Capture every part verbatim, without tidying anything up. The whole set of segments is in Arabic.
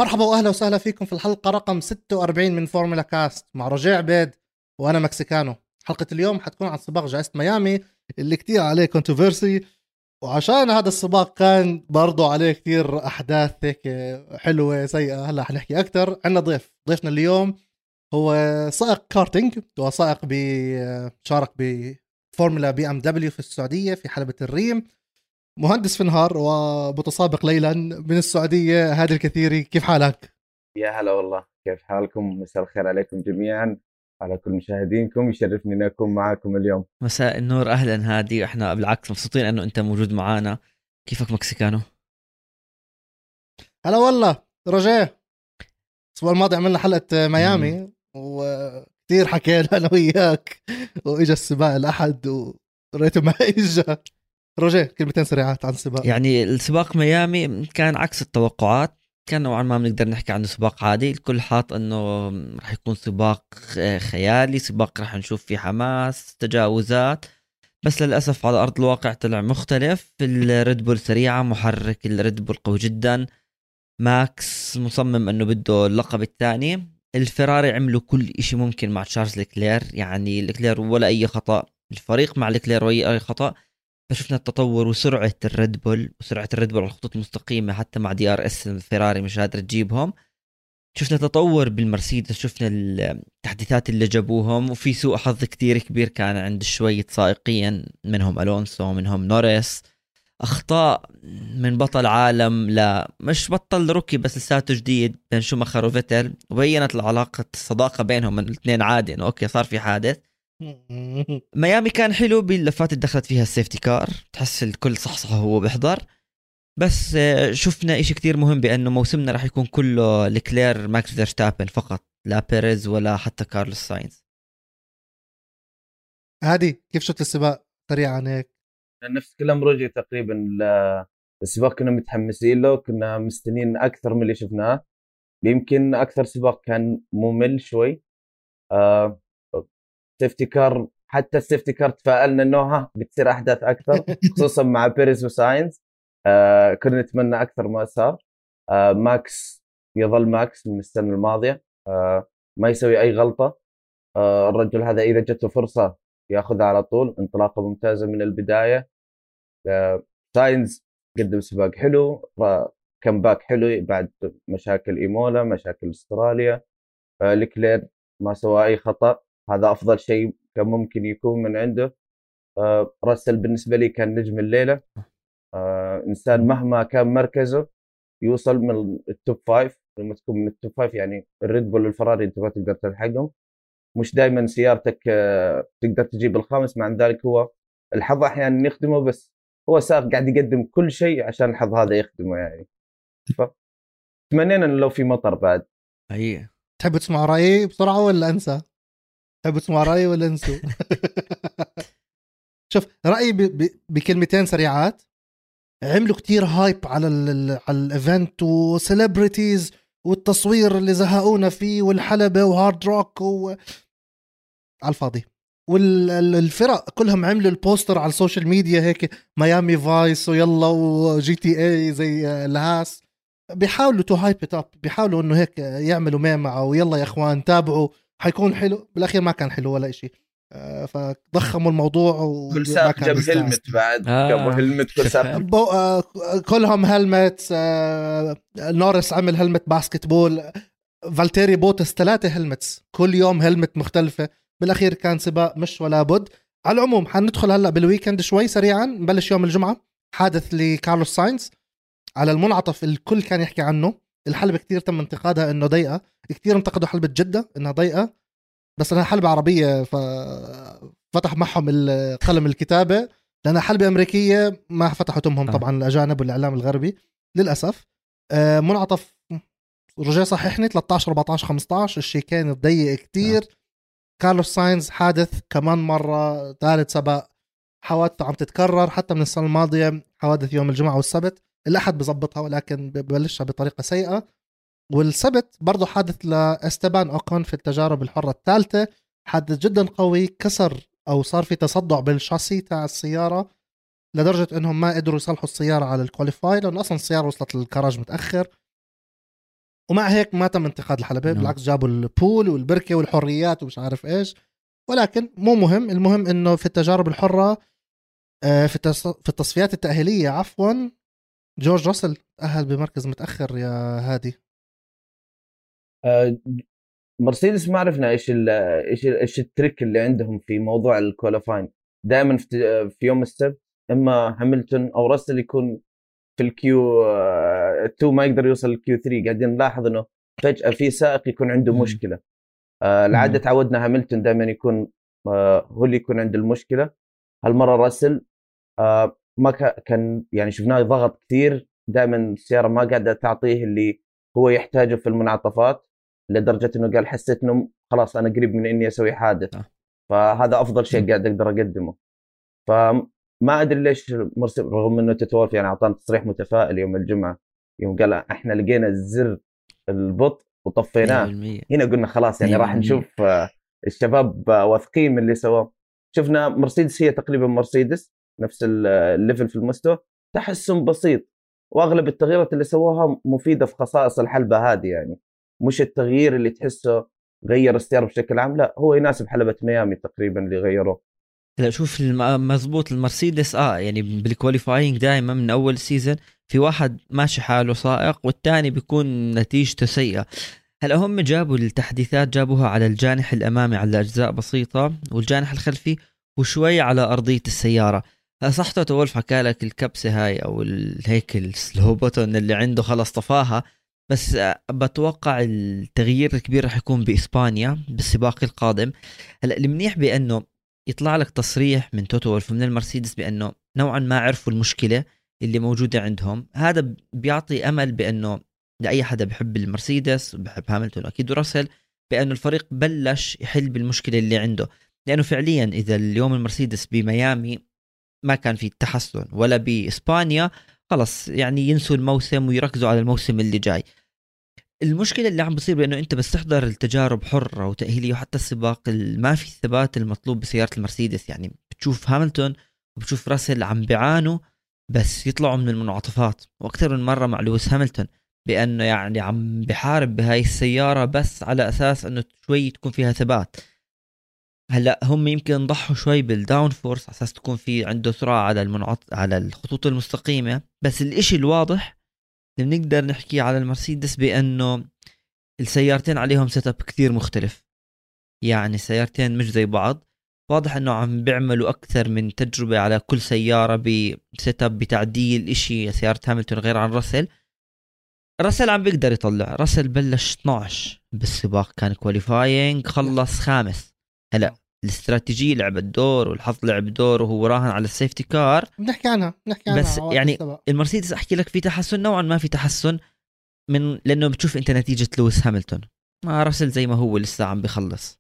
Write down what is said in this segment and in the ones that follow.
مرحبا واهلا وسهلا فيكم في الحلقه رقم ستة وأربعين من فورمولا كاست مع رجاء عبيد وانا مكسيكانو. حلقه اليوم حتكون عن سباق جائزه ميامي اللي كتير عليه كونتروفيرسي، وعشان هذا السباق كان برضو عليه كتير احداث هيك حلوه سيئه. هلا حنحكي اكثر. عندنا ضيف ضيفنا اليوم هو سائق كارتينج وسائق بشارك بفورمولا بي ام دبليو في السعوديه في حلبة الريم، مهندس في نهار ومتسابق ليلا من السعودية. هذا الكثيري، كيف حالك؟ يا هلا والله، كيف حالكم؟ مساء الخير عليكم جميعا، على كل مشاهدينكم. يشرفني أن أكون معكم اليوم. مساء النور، أهلا هادي. احنا بالعكس مبسوطين أنه أنت موجود معانا. كيفك مكسيكانو؟ هلا والله رجاء. الأسبوع الماضي عملنا حلقة ميامي مم. وكثير حكينا أنا وياك، وإجا السباق الأحد وريته ما إجا. رجاء كلمتين سريعات عن السباق. يعني السباق ميامي كان عكس التوقعات، كان نوعا ما بنقدر نحكي عنه سباق عادي. الكل حاط أنه رح يكون سباق خيالي، سباق رح نشوف فيه حماس تجاوزات، بس للأسف على أرض الواقع طلع مختلف. الريد بول سريعة، محرك الريد بول قوي جدا، ماكس مصمم انه بده اللقب الثاني. الفراري عملوا كل اشي ممكن مع تشارلز ليكلير، يعني ليكلير ولا اي خطأ، الفريق مع ليكلير ولا اي خطأ. فشفنا التطور وسرعة الريد بول وسرعة الريد بول على الخطوط المستقيمة، حتى مع دي ار اس الفراري مش قادرة تجيبهم. شفنا تطور بالمرسيدس، شفنا التحديثات اللي جابوهم، وفي سوء حظ كتير كبير كان عند شوية سائقين، منهم ألونسو منهم نوريس. أخطاء من بطل عالم لا مش بطل روكي بس لساته جديد بين شوماخر وفيتل، وبينت العلاقة الصداقة بينهم من الاثنين عادي إنه أوكي صار في حادث. ميامي كان حلو باللفات اللي دخلت فيها السيفتي كار، تحس الكل صحصح وهو بيحضر. بس شفنا إشي كتير مهم بأنه موسمنا راح يكون كله لكلير ماكس فيرستابن فقط، لا بيريز ولا حتى كارلوس ساينز. هادي كيف شفت السباق سريعا هيك؟ نفس كلام روجي تقريبا. ل- السباق كنا متحمسين له، كنا مستنين أكثر من اللي شفناه. يمكن أكثر سباق كان ممل شوي. آه سيفتي كار، حتى السيفتي كار تفائلنا إنه ها بتصير أحداث أكثر، خصوصا مع بيريز وساينز. آه كنا نتمنى أكثر ما صار. آه ماكس يظل ماكس من السنة الماضية، آه ما يسوي أي غلطة. آه الرجل هذا إذا جته فرصة ياخذها على طول. انطلاقة ممتازة من البداية. آه ساينز قدم سباق حلو، كم باك حلو بعد مشاكل إيمولا، مشاكل استراليا. آه لكلير ما سوى أي خطأ، هذا أفضل شيء كان ممكن يكون من عنده. آه راسل بالنسبة لي كان نجم الليلة. آه إنسان مهما كان مركزه يوصل من التوب فايف. لما تكون من التوب فايف يعني الريد بول والفراري انت ما تقدر تلحقهم. مش دائما سيارتك آه، تقدر تجيب الخامس، مع ذلك هو الحظ احيانا يخدمه، بس هو سائق قاعد يقدم كل شيء عشان الحظ هذا يخدمه يعني. فتمنينا انه لو في مطر بعد. هي تحب تسمع رأيي بسرعة ولا أنسى؟ تحب تسمع رأيي ولا أنسوا؟ شوف رأيي ب... ب... بكلمتين سريعات. عملوا كتير هايب على ال على الايفنت وسيلبرتيز والتصوير اللي زهقونا فيه والحلبة وهارد روك و... على الفاضي. والفرق كلهم عملوا البوستر على السوشيال ميديا هيك، ميامي فايس ويلا وجي تي اي زي الهاس. بيحاولوا تو هايب ات اب، بيحاولوا انه هيك يعملوا ميمة او يلا يا اخوان تابعوا حيكون حلو. بالاخير ما كان حلو ولا اشي. آه، فضخموا الموضوع كل وما سائق كان جاب بيستاهل. هلمت بعد، جابوا آه. هلمت كل سائق. بو... آه... كلهم هلمت. آه... نورس عمل هلمت باسكت بول. فالتيري بوتس ثلاثة هلمتس، كل يوم هلمت مختلفة. بالأخير كان سباق مش ولا بد. على العموم حندخل هلأ بالويكند شوي سريعا. نبلش يوم الجمعة، حادث لكارلوس ساينز على المنعطف الكل كان يحكي عنه. الحلبة كتير تم انتقادها انه ضيقة، كتير انتقدوا حلبة جدة انها ضيقة، بس انها حلبة عربية ففتح معهم قلم الكتابة. لأنها حلبة أمريكية ما فتحوا تمهم آه. طبعا الأجانب والإعلام الغربي للأسف. آه منعطف رجع صححني ثلاثة عشر أربعة عشر خمسة عشر، الشيء كان ضيق كتير. آه. كارلوس ساينز حادث كمان مرة، ثالث سباق حوادثه عم تتكرر حتى من السنة الماضية. حوادث يوم الجمعة والسبت، الأحد بزبطها ولكن ببلشها بطريقة سيئة. والسبت برضو حادث لاستبان أوكون في التجارب الحرة الثالثة، حادث جدا قوي، كسر أو صار في تصدع بالشاسي تاع السيارة لدرجة أنهم ما قدروا يصلحوا السيارة على الكواليفاي، لأن أصلا السيارة وصلت للكراج متأخر. ومع هيك ما تم انتقاد الحلبة. نعم. بالعكس جابوا البول والبركة والحريات ومش عارف إيش، ولكن مو مهم. المهم إنه في التجارب الحرة في في التصفيات التأهيلية عفوا جورج راسل تأهل بمركز متأخر يا هادي. أه مرسيدس ما عرفنا ايش ايش ايش التريك اللي عندهم في موضوع الكواليفاين. دائما في, في يوم السبت اما هاملتون او راسل يكون في الكيو اتنين ما يقدر يوصل الكيو ثلاثة. قاعدين نلاحظ انه فجأة في سائق يكون عنده مم. مشكلة. أه العادة تعودنا هاملتون دائما يكون أه هو اللي يكون عنده المشكلة. هالمرة راسل أه ما كان يعني شفناه ضغط كثير. دائما السيارة ما قاعدة تعطيه اللي هو يحتاجه في المنعطفات، لدرجة انه قال حسيت انه خلاص انا قريب من اني اسوي حادث. أه. فهذا افضل شيء قاعد اقدر اقدمه. فما ادري ليش مرسل رغم انه تتوالف يعني اعطانا تصريح متفائل يوم الجمعة يوم قال احنا لقينا الزر البطء وطفيناه. هنا قلنا خلاص يعني راح نشوف الشباب واثقين من اللي سواه. شفنا مرسيدس هي تقريبا مرسيدس نفس الليفل في المستوى، تحسن بسيط، واغلب التغييرات اللي سووها مفيدة في خصائص الحلبة هذه. يعني مش التغيير اللي تحسه غير السيارة بشكل عام، لا هو يناسب حلبة ميامي تقريبا اللي غيروه. لا شوف مزبوط المرسيدس اه يعني بالكواليفاينج دائما من اول سيزن في واحد ماشي حاله سائق والتاني بيكون نتيجته سيئة. هلا هم جابوا التحديثات جابوها على الجانح الامامي على اجزاء بسيطة، والجانح الخلفي وشوي على ارضية السيارة. صح تولف حكى لك الكبسة هاي او هيك السلو بوتون اللي عنده خلص طفاها، بس بتوقع التغيير الكبير رح يكون بإسبانيا بالسباق القادم. هلا المنيح بأنه يطلع لك تصريح من توتو وولف من المرسيدس بأنه نوعا ما عرفوا المشكلة اللي موجودة عندهم. هذا بيعطي أمل بأنه لأي حدا بيحب المرسيدس وبحب هاملتون أكيد وراسل بأنه الفريق بلش يحل بالمشكلة اللي عنده. لأنه فعليا إذا اليوم المرسيدس بميامي ما كان في تحسن ولا بإسبانيا، خلص يعني ينسوا الموسم ويركزوا على الموسم اللي جاي. المشكلة اللي عم بصير بأنه أنت بس تحضر التجارب حرة وتأهيلية وحتى السباق ما في الثبات المطلوب بسيارة المرسيدس. يعني بتشوف هاملتون وبتشوف راسل عم بيعانوا بس يطلعوا من المنعطفات، وأكثر من مرة مع لويس هاملتون بأنه يعني عم بحارب بهاي السيارة بس على أساس أنه شوي تكون فيها ثبات. هلا هم يمكن ضحوا شوي بالداون فورس على أساس تكون في عنده سرعة على المنعط على الخطوط المستقيمة، بس الإشي الواضح اللي بنقدر نحكي على المرسيدس بأنه السيارتين عليهم سيت اب كثير مختلف. يعني السيارتين مش زي بعض، واضح انه عم بيعملوا اكثر من تجربة على كل سيارة بسيت اب بتعديل اشي. سيارة هاملتون غير عن راسل. راسل عم بيقدر يطلع، راسل بلش اثناشر بالسباق كان كواليفاينج خلص خامس. هلا الاستراتيجية لعبت دور والحظ لعب دور وهو راهن على السيفتي كار نحكي عنها نحكي عنها بس يعني السباق. المرسيدس احكي لك في تحسن نوعا ما، في تحسن من لانه بتشوف انت نتيجة لويس هاملتون، ما راسل زي ما هو لسه عم بيخلص.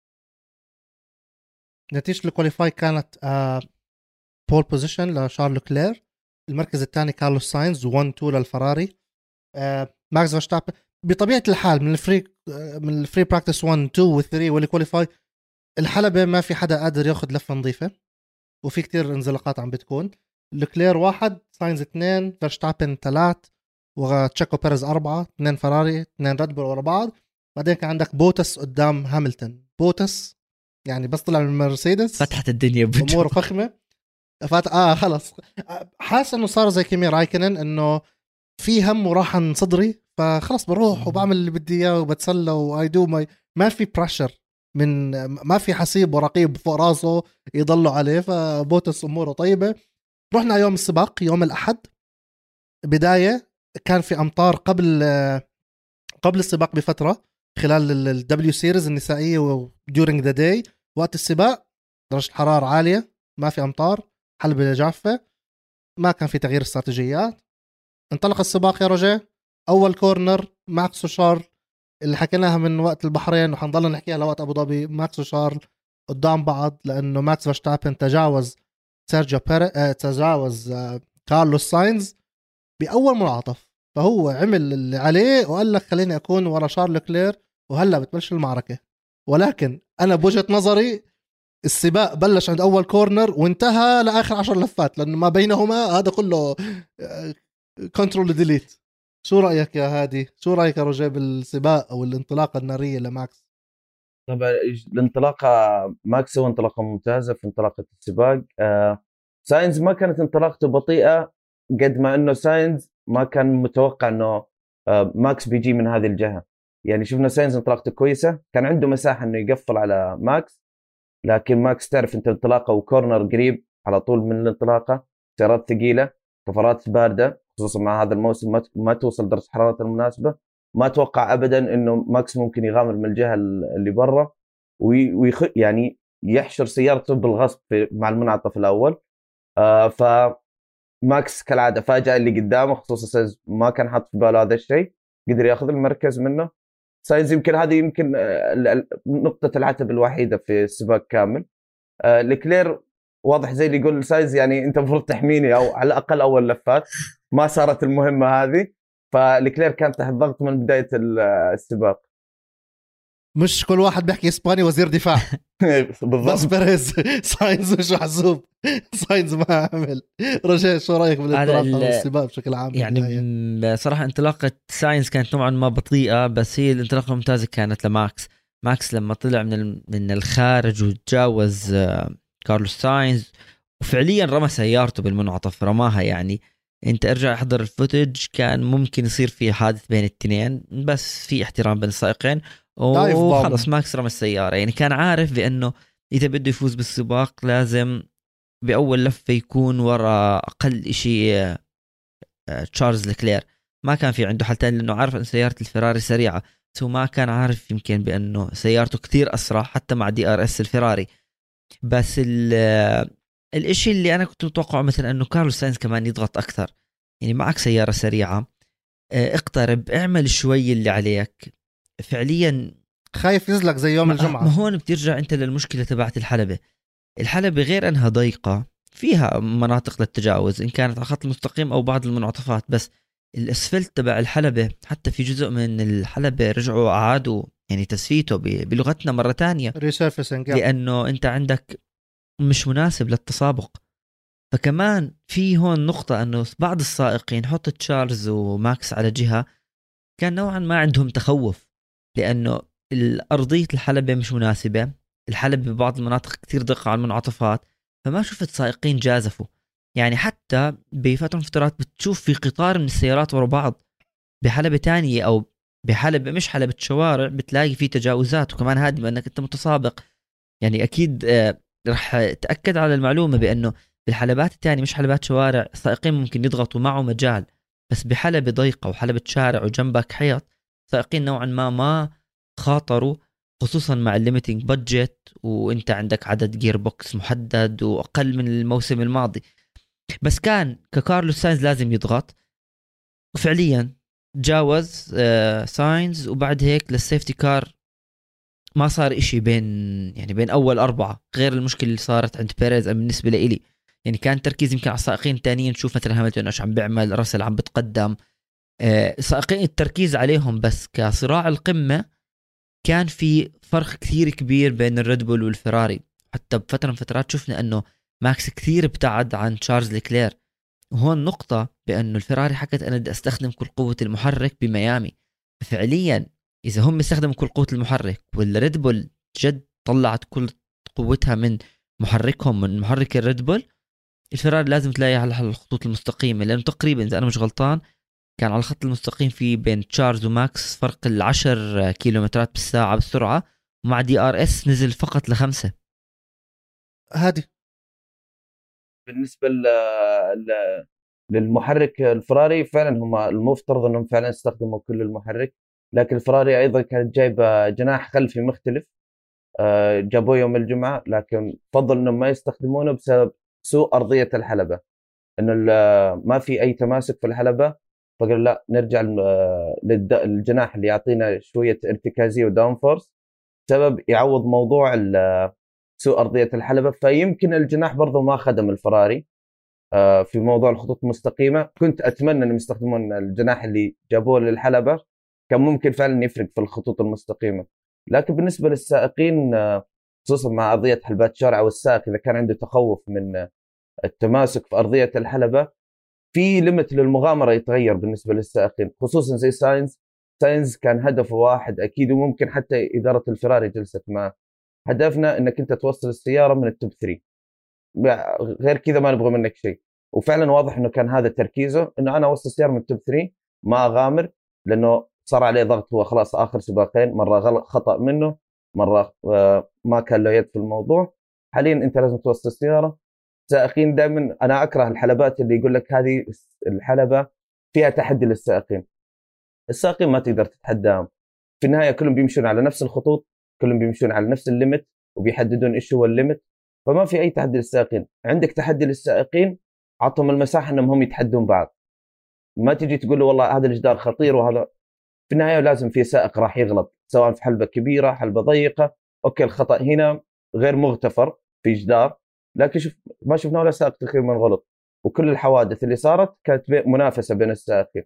نتيجة الكواليفاي كانت آه بول بوزيشن لشارل كلير، المركز الثاني كارلوس ساينز، واحد اثنين للفراري. آه ماكس فيرستابن بطبيعة الحال من الفري آه من الفري براكتس واحد اثنين و ثلاثة والكواليفاي الحلبة ما في حدا قادر ياخد لفة نظيفة وفي كتير انزلاقات عم بتكون. لكلير واحد، ساينز اثنين، فيرستابن ثلاث، وتشاكو بيريز أربعة، اثنين فراري، اثنين ريد بول ورا بعض. بعدين كان عندك بوتس قدام هاملتون. بوتس يعني بس طلع من المرسيدس فتحت الدنيا بجو. امور فخمه. فات اه خلص حاسس انه صار زي كيمي رايكنن انه في هم وراحه صدري، فخلص بروح وبعمل اللي بدي اياه وبتسلى واي دو ماي، ما في بريشر من ما في حسيب ورقيب فوق راسه يضلوا عليه. فبوتس اموره طيبه. رحنا يوم السباق يوم الاحد، بدايه كان في امطار قبل قبل السباق بفتره خلال الدبليو سيريز النسائيه ودورينج ذا داي. وقت السباق درجه الحراره عاليه، ما في امطار، حلبة جافه، ما كان في تغيير استراتيجيات. انطلق السباق يا رجاء. اول كورنر ماكس وشارل اللي حكيناها من وقت البحرين وحنضل نحكيها لوقت ابو ظبي. ماكس وشارل قدام بعض لانه ماكس فيرستابن تجاوز سيرجيو بيريز اه تجاوز اه كارلوس ساينز باول منعطف، فهو عمل اللي عليه وقال لك خليني اكون ورا شارل كلير وهلا بتبلش المعركه. ولكن انا بوجهه نظري السباق بلش عند اول كورنر وانتهى لاخر عشر لفات، لانه ما بينهما هذا كله كنترول ديليت. شو رايك يا هادي؟ شو رايك يا رجاء بالسباق او الانطلاقه الناريه لماكس؟ طبعا الانطلاقه ماكس سوى انطلاقه ممتازه في انطلاقه السباق. آه ساينز ما كانت انطلاقته بطيئه قد ما انه ساينز ما كان متوقع انه آه ماكس بيجي من هذه الجهه. يعني شفنا ساينز انطلاقته كويسه، كان عنده مساحه انه يقفل على ماكس، لكن ماكس تعرف انت انطلاقه وكورنر قريب على طول من الانطلاقه، سيارات ثقيله، كفرات بارده، خصوصا مع هذا الموسم ما ما توصل درجه حراره المناسبه. ما اتوقع ابدا انه ماكس ممكن يغامر من الجهه اللي برا ويخ يعني يحشر سيارته بالغصب في مع المنعطف الاول. آه فماكس كالعاده فاجأ اللي قدامه، خصوصا ساينز ما كان حاط في باله هذا الشيء، قدر ياخذ المركز منه. ساينز يمكن هذه يمكن نقطه العتب الوحيده في السباق كامل. آه لكلير واضح زي اللي يقول ساينز يعني انت المفروض تحميني، او على الاقل اول لفات ما صارت المهمه هذه. فلكلير كان تحت ضغط من بدايه السباق. مش كل واحد بيحكي اسباني وزير دفاع. بس بالضبط. بيريز ساينز مش محسوب. ساينز ما عمل. رجاء شو رايك بالانطلاقه والسباق بشكل عام؟ يعني بالنهاية؟ صراحه انطلاقه ساينز كانت نوعا ما بطيئه، بس هي الانطلاقه الممتازه كانت لماكس. ماكس لما طلع من من الخارج وتجاوز كارلوس ساينز وفعليا رمى سيارته بالمنعطف، رماها. يعني انت ارجع احضر الفوتج، كان ممكن يصير في حادث بين الاثنين، بس في احترام بين السائقين وخلص ماكس رمى السيارة. يعني كان عارف بأنه إذا بده يفوز بالسباق لازم بأول لفة يكون وراء أقل شيء تشارلز لكلير. ما كان في عنده حل تاني، لأنه عارف أن سيارة الفراري سريعة، سو ما كان عارف يمكن بأنه سيارته كتير أسرع حتى مع دي آر اس الفراري. بس الاشي اللي أنا كنت متوقعه مثلا أنه كارلوس ساينز كمان يضغط أكثر. يعني معك سيارة سريعة، اقترب، اعمل شوي اللي عليك. فعليا خايف يزلق زي يوم الجمعة. ما هون بترجع انت للمشكلة تبعت الحلبة. الحلبة غير انها ضيقة، فيها مناطق للتجاوز ان كانت على خط المستقيم او بعض المنعطفات، بس الاسفلت تبع الحلبة حتى في جزء من الحلبة رجعوا اعادوا يعني تسفيته بلغتنا مرة تانية، لانه انت عندك مش مناسب للتسابق. فكمان في هون نقطة انه بعض السائقين، حط تشارلز وماكس على جهة، كان نوعا ما عندهم تخوف، لانه الأرضية الحلبة مش مناسبة. الحلبة ببعض المناطق كتير دقة على المنعطفات، فما شفت سائقين جازفوا. يعني حتى بفترة فترات بتشوف في قطار من السيارات ورا بعض بحلبة تانية أو بحلبة مش حلبة شوارع، بتلاقي في تجاوزات. وكمان هذا بأنك أنت متسابق، يعني أكيد آه رح تأكد على المعلومة بأنه بالحلبات التانية مش حلبات شوارع السائقين ممكن يضغطوا معه مجال، بس بحلبة ضيقة وحلبة شارع وجنبك حيط سائقين نوعا ما ما خاطروا، خصوصا مع الليميتنج بادجت وانت عندك عدد جير بوكس محدد واقل من الموسم الماضي. بس كان ككارلوس ساينز لازم يضغط، وفعليا تجاوز آه ساينز، وبعد هيك للسيفتي كار ما صار اشي بين يعني بين اول اربعة، غير المشكلة اللي صارت عند بيريز بالنسبة لإلي. يعني كان تركيز يمكن على السائقين التانيين، نشوف مثلا هاملتون ايش عم بيعمل، راسل عم بتقدم، آه سائقين التركيز عليهم، بس كصراع القمة كان في فرق كثير كبير بين الريد بول والفراري. حتى بفترة من فترات شفنا أنه ماكس كثير ابتعد عن تشارلز لكلير. وهون نقطة بأنه الفراري حكت أنا بدي أستخدم كل قوة المحرك بميامي. فعليا إذا هم استخدموا كل قوة المحرك والريد بول جد طلعت كل قوتها من محركهم من محرك الريد بول، الفراري لازم تلاقيها على الخطوط المستقيمة، لأنه تقريبا إذا أنا مش غلطان كان على الخط المستقيم في بين تشارلز وماكس فرق العشر كيلومترات بالساعة بالسرعة، ومع دي ار اس نزل فقط لخمسة. هادي بالنسبة ل... ل... للمحرك الفراري فعلا هم المفترض انهم فعلا استخدموا كل المحرك، لكن الفراري ايضا كانت جايبه جناح خلفي مختلف جابوه يوم الجمعة، لكن فضل انهم ما يستخدمونه بسبب سوء ارضية الحلبة، انه ما في اي تماسك في الحلبة، فقال لا نرجع للجناح اللي يعطينا شوية ارتكازية وداون فورس، سبب يعوض موضوع سوء أرضية الحلبة. فيمكن الجناح برضو ما خدم الفراري في موضوع الخطوط المستقيمة. كنت أتمنى أنهم يستخدمون الجناح اللي جابوه للحلبة، كان ممكن فعلا يفرق في الخطوط المستقيمة. لكن بالنسبة للسائقين خصوصا مع أرضية حلبات شارع، والسائق إذا كان عنده تخوف من التماسك في أرضية الحلبة، في ليمت للمغامره يتغير بالنسبه للسائقين، خصوصا زي ساينز. ساينز كان هدفه واحد اكيد، وممكن حتى اداره الفراري جلست معه، هدفنا انك انت توصل السياره من التوب ثلاثة، غير كذا ما نبغى منك شيء. وفعلا واضح انه كان هذا تركيزه، انه انا اوصل السياره من التوب ثلاثة، ما اغامر، لانه صار عليه ضغط. هو خلاص اخر سباقين، مره غلط خطا منه، مره ما كان له يد في الموضوع. حاليا انت لازم توصل السياره. سائقين دائما انا اكره الحلبات اللي يقول لك هذه الحلبه فيها تحدي للسائقين. السائقين ما تقدر تتحداهم، في النهايه كلهم بيمشون على نفس الخطوط، كلهم بيمشون على نفس الليمت، وبيحددون ايش هو الليمت. فما في اي تحدي للسائقين. عندك تحدي للسائقين، عطهم المساحه انهم هم يتحدون بعض. ما تجي تقول له والله هذا الجدار خطير وهذا. في النهايه لازم في سائق راح يغلط، سواء في حلبه كبيره حلبه ضيقه. اوكي الخطا هنا غير مغتفر في جدار، لكن شوف ما شفنا ولا سائق تقريبا غلط، وكل الحوادث اللي صارت كانت منافسه بين السائقين.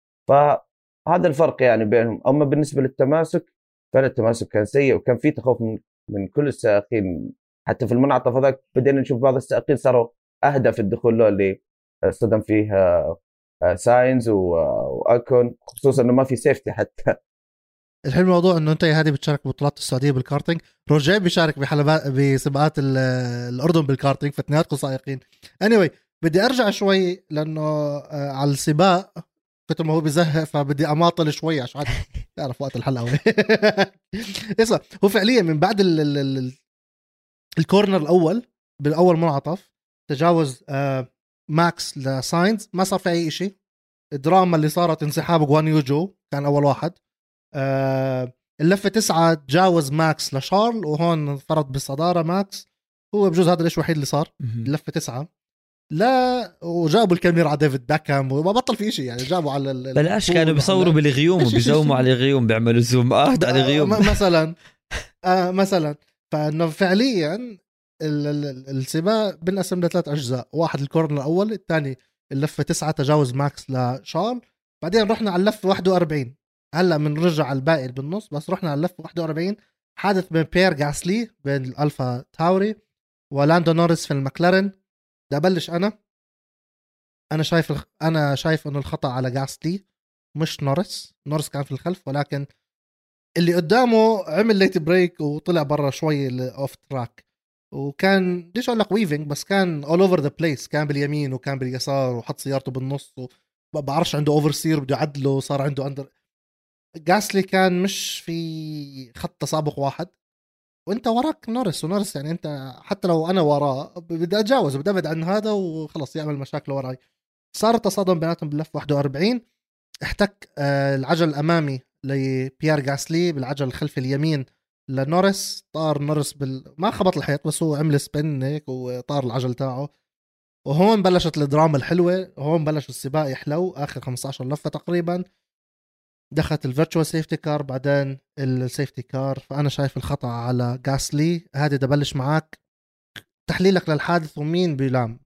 فهذا الفرق يعني بينهم. اما بالنسبه للتماسك، فعلا التماسك كان سيء، وكان في تخوف من, من كل السائقين. حتى في المنعطف هذاك بدينا نشوف بعض السائقين صاروا اهدى في الدخول له، اللي صدم فيه ساينز واكون، خصوصا انه ما في سيفتي حتى. الحين الموضوع انه انت يا هادي بتشارك ببطولات السعوديه بالكارتينج، روجيه بيشارك بحلبات بسباقات الاردن بالكارتينج، فاثنيناتكم سائقين. anyway بدي ارجع شوي لانه على السباق كنت ما هو بزهق، فبدي اماطل شوي عشان تعرف وقت الحلقه. اسمع، هو فعليا من بعد ال ال ال الكورنر الاول بالاول منعطف تجاوز آه ماكس لساينز، ما صار في اي شيء. الدراما اللي صارت انسحاب غوان يوجو كان اول واحد. آه اللفه تسعة تجاوز ماكس لشارل، وهون فرض بالصداره ماكس. هو بجوز هذا الشيء الوحيد اللي صار. اللفه تسعة لا، وجابوا الكاميرا على ديفيد باكام، وما بطل في شيء يعني. جابوا على بلاش كانوا بيصوروا بالغيوم وبيزوموا على الغيوم، بيعملوا زوم اوت على الغيوم مثلا. آه مثلا فانه فعليا السباق بنقسم لثلاث اجزاء، واحد الكورنر الاول، الثاني اللفه تسعة تجاوز ماكس لشارل، بعدين رحنا على اللفه واحد وأربعين. هلا بنرجع على الباقي بالنص، بس رحنا على اللفه واحد وأربعين، حادث بين بيير غاسلي بين الالفا تاوري ولاندو نوريس في المكلارن. بدي ابلش انا انا شايف الخ... انا شايف انه الخطا على غاسلي مش نوريس. نوريس كان في الخلف، ولكن اللي قدامه عمل ليت بريك وطلع برا شوي اوف تراك، وكان ليش اقول لك ويفنج، بس كان اول اوفر ذا بليس، كان باليمين وكان باليسار وحط سيارته بالنص، وما بعرفش عنده اوفر سير بده يعدله، صار عنده اندر. غاسلي كان مش في خط تسابق واحد، وانت وراك نورس، ونورس يعني انت حتى لو انا وراه بدي اتجاوز، بدي ابعد عن هذا وخلص يعمل مشاكل وراي. صار تصادم بيناتهم باللف واحد وأربعين، احتك آه العجل الامامي لبيير غاسلي بالعجل الخلفي اليمين لنورس، طار نورس بال... ما خبط الحيط، بس هو عمل سبين هيك وطار العجل تاعه. وهون بلشت الدراما الحلوه، هون بلش السباق يحلو. اخر خمسة عشر لفه تقريبا دخلت الفيرتشوال سيفتي كار، بعدين السيفتي كار. فانا شايف الخطا على غاسلي. هذه دبلش معك تحليلك للحادث ومين بيلام.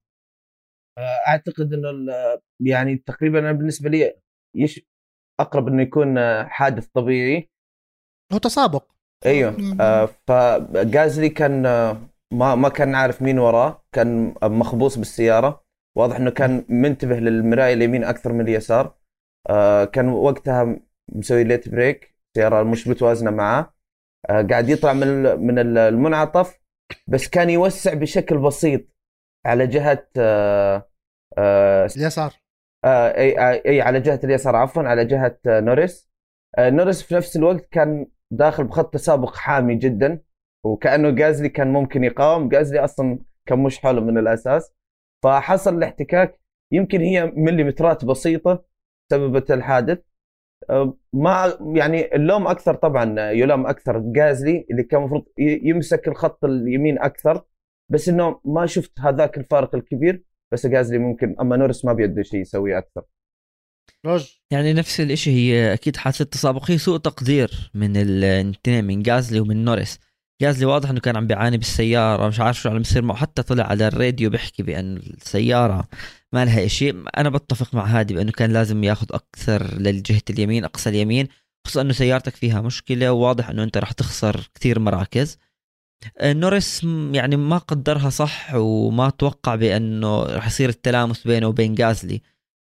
اعتقد انه يعني تقريبا انا بالنسبه لي يش اقرب انه يكون حادث طبيعي، هو تسابق. ايوه. آه فغازلي كان ما ما كان عارف مين وراه، كان مخبوص بالسياره، واضح انه كان منتبه للمرايه اليمين اكثر من اليسار. آه كان وقتها مسوي ليت بريك، السياره مش متوازنه معاه. آه قاعد يطلع من من المنعطف، بس كان يوسع بشكل بسيط على جهه آه آه اليسار. آه اي اي على جهه اليسار، عفوا على جهه آه نوريس. آه نوريس في نفس الوقت كان داخل بخط تسابق حامي جدا، وكانه غازلي كان ممكن يقاوم. غازلي اصلا كان مش حوله من الاساس، فحصل الاحتكاك. يمكن هي مليمترات بسيطه سببت الحادث. ما يعني اللوم اكثر طبعا، يلام اكثر غازلي اللي كان المفروض يمسك الخط اليمين اكثر، بس انه ما شفت هذاك الفارق الكبير. بس غازلي ممكن، اما نورس ما بيده شيء يسوي اكثر. رج يعني نفس الاشي، هي اكيد حادثه تسابق، هي سوء تقدير من الاثنين، من غازلي ومن نورس. غازلي واضح انه كان عم بيعاني بالسياره، مش عارف شو عم يصير معه، حتى طلع على الراديو بيحكي بان السياره ما لها إشي. انا بتفق مع هادي بانه كان لازم ياخذ اكثر للجهه اليمين، اقصى اليمين، خصوصا انه سيارتك فيها مشكله، وواضح انه انت راح تخسر كثير مراكز. نورس يعني ما قدرها صح، وما توقع بانه راح يصير التلامس بينه وبين غازلي.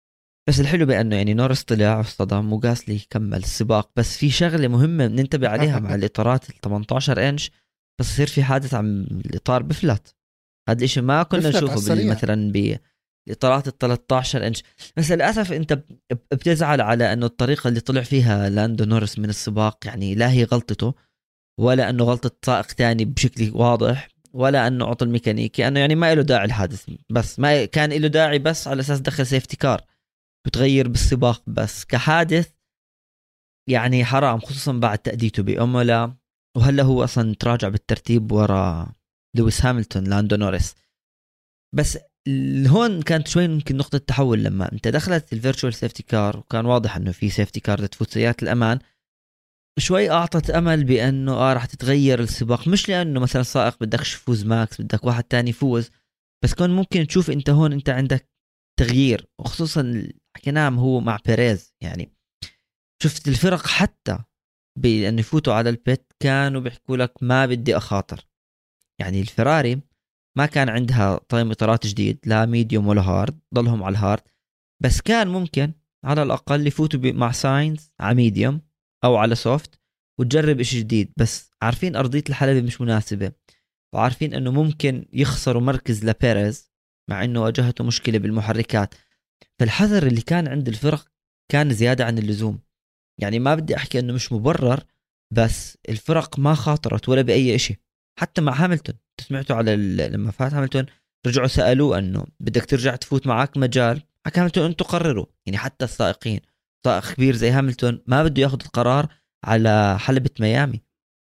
بس الحلو بأنه يعني نورس طلع واصطدم وغاسلي كمل السباق. بس في شغلة مهمة ننتبه عليها مع الإطارات ال ثمانية عشر إنش، بس يصير في حادث عم الإطار بفلت. هذا الإشي ما كنا نشوفه مثلا بالإطارات ال ثلاثة عشر إنش. بس للأسف أنت بتزعل على أنه الطريقة اللي طلع فيها لاندو نورس من السباق يعني لا هي غلطته، ولا أنه غلطة سائق تاني بشكل واضح، ولا أنه عطل ميكانيكي، أنه يعني ما له داعي الحادث. بس ما كان له داعي بس على أساس دخل سيفتي كار بتغير بالسباق. بس كحادث يعني حرام، خصوصا بعد تأديته بأمولا، وهلا هو أصلا تراجع بالترتيب ورا لويس هاملتون لاندو نوريس. بس هون كانت شوي ممكن نقطة تحول لما انت دخلت الفيرتشوال سيفتي كار وكان واضح انه في سيفتي كار تفوت سيارة الأمان. شوي أعطت أمل بأنه آه رح تتغير السباق، مش لأنه مثلا سائق بدكش فوز ماكس بدك واحد تاني فوز، بس كان ممكن تشوف انت هون انت عندك تغيير. وخصوصا حكيناهم هو مع بيريز، يعني شفت الفرق حتى بأن يفوتوا على البيت كانوا بيحكوا لك ما بدي أخاطر. يعني الفراري ما كان عندها طيب إطارات جديد لا ميديوم ولا هارد، ضلهم على الهارد، بس كان ممكن على الأقل يفوتوا مع ساينز على ميديوم أو على سوفت وتجرب إشي جديد. بس عارفين أرضية الحلبة مش مناسبة، وعارفين أنه ممكن يخسروا مركز لبيريز مع أنه واجهته مشكلة بالمحركات. فالحذر اللي كان عند الفرق كان زيادة عن اللزوم. يعني ما بدي أحكي أنه مش مبرر، بس الفرق ما خاطرت ولا بأي إشي. حتى مع هاملتون سمعتوا على لما فات هاملتون رجعوا سألوه أنه بدك ترجع تفوت معك مجال، حكى هاملتون أنتوا قرروا. يعني حتى السائقين، سائق كبير زي هاملتون ما بده ياخد القرار على حلبة ميامي.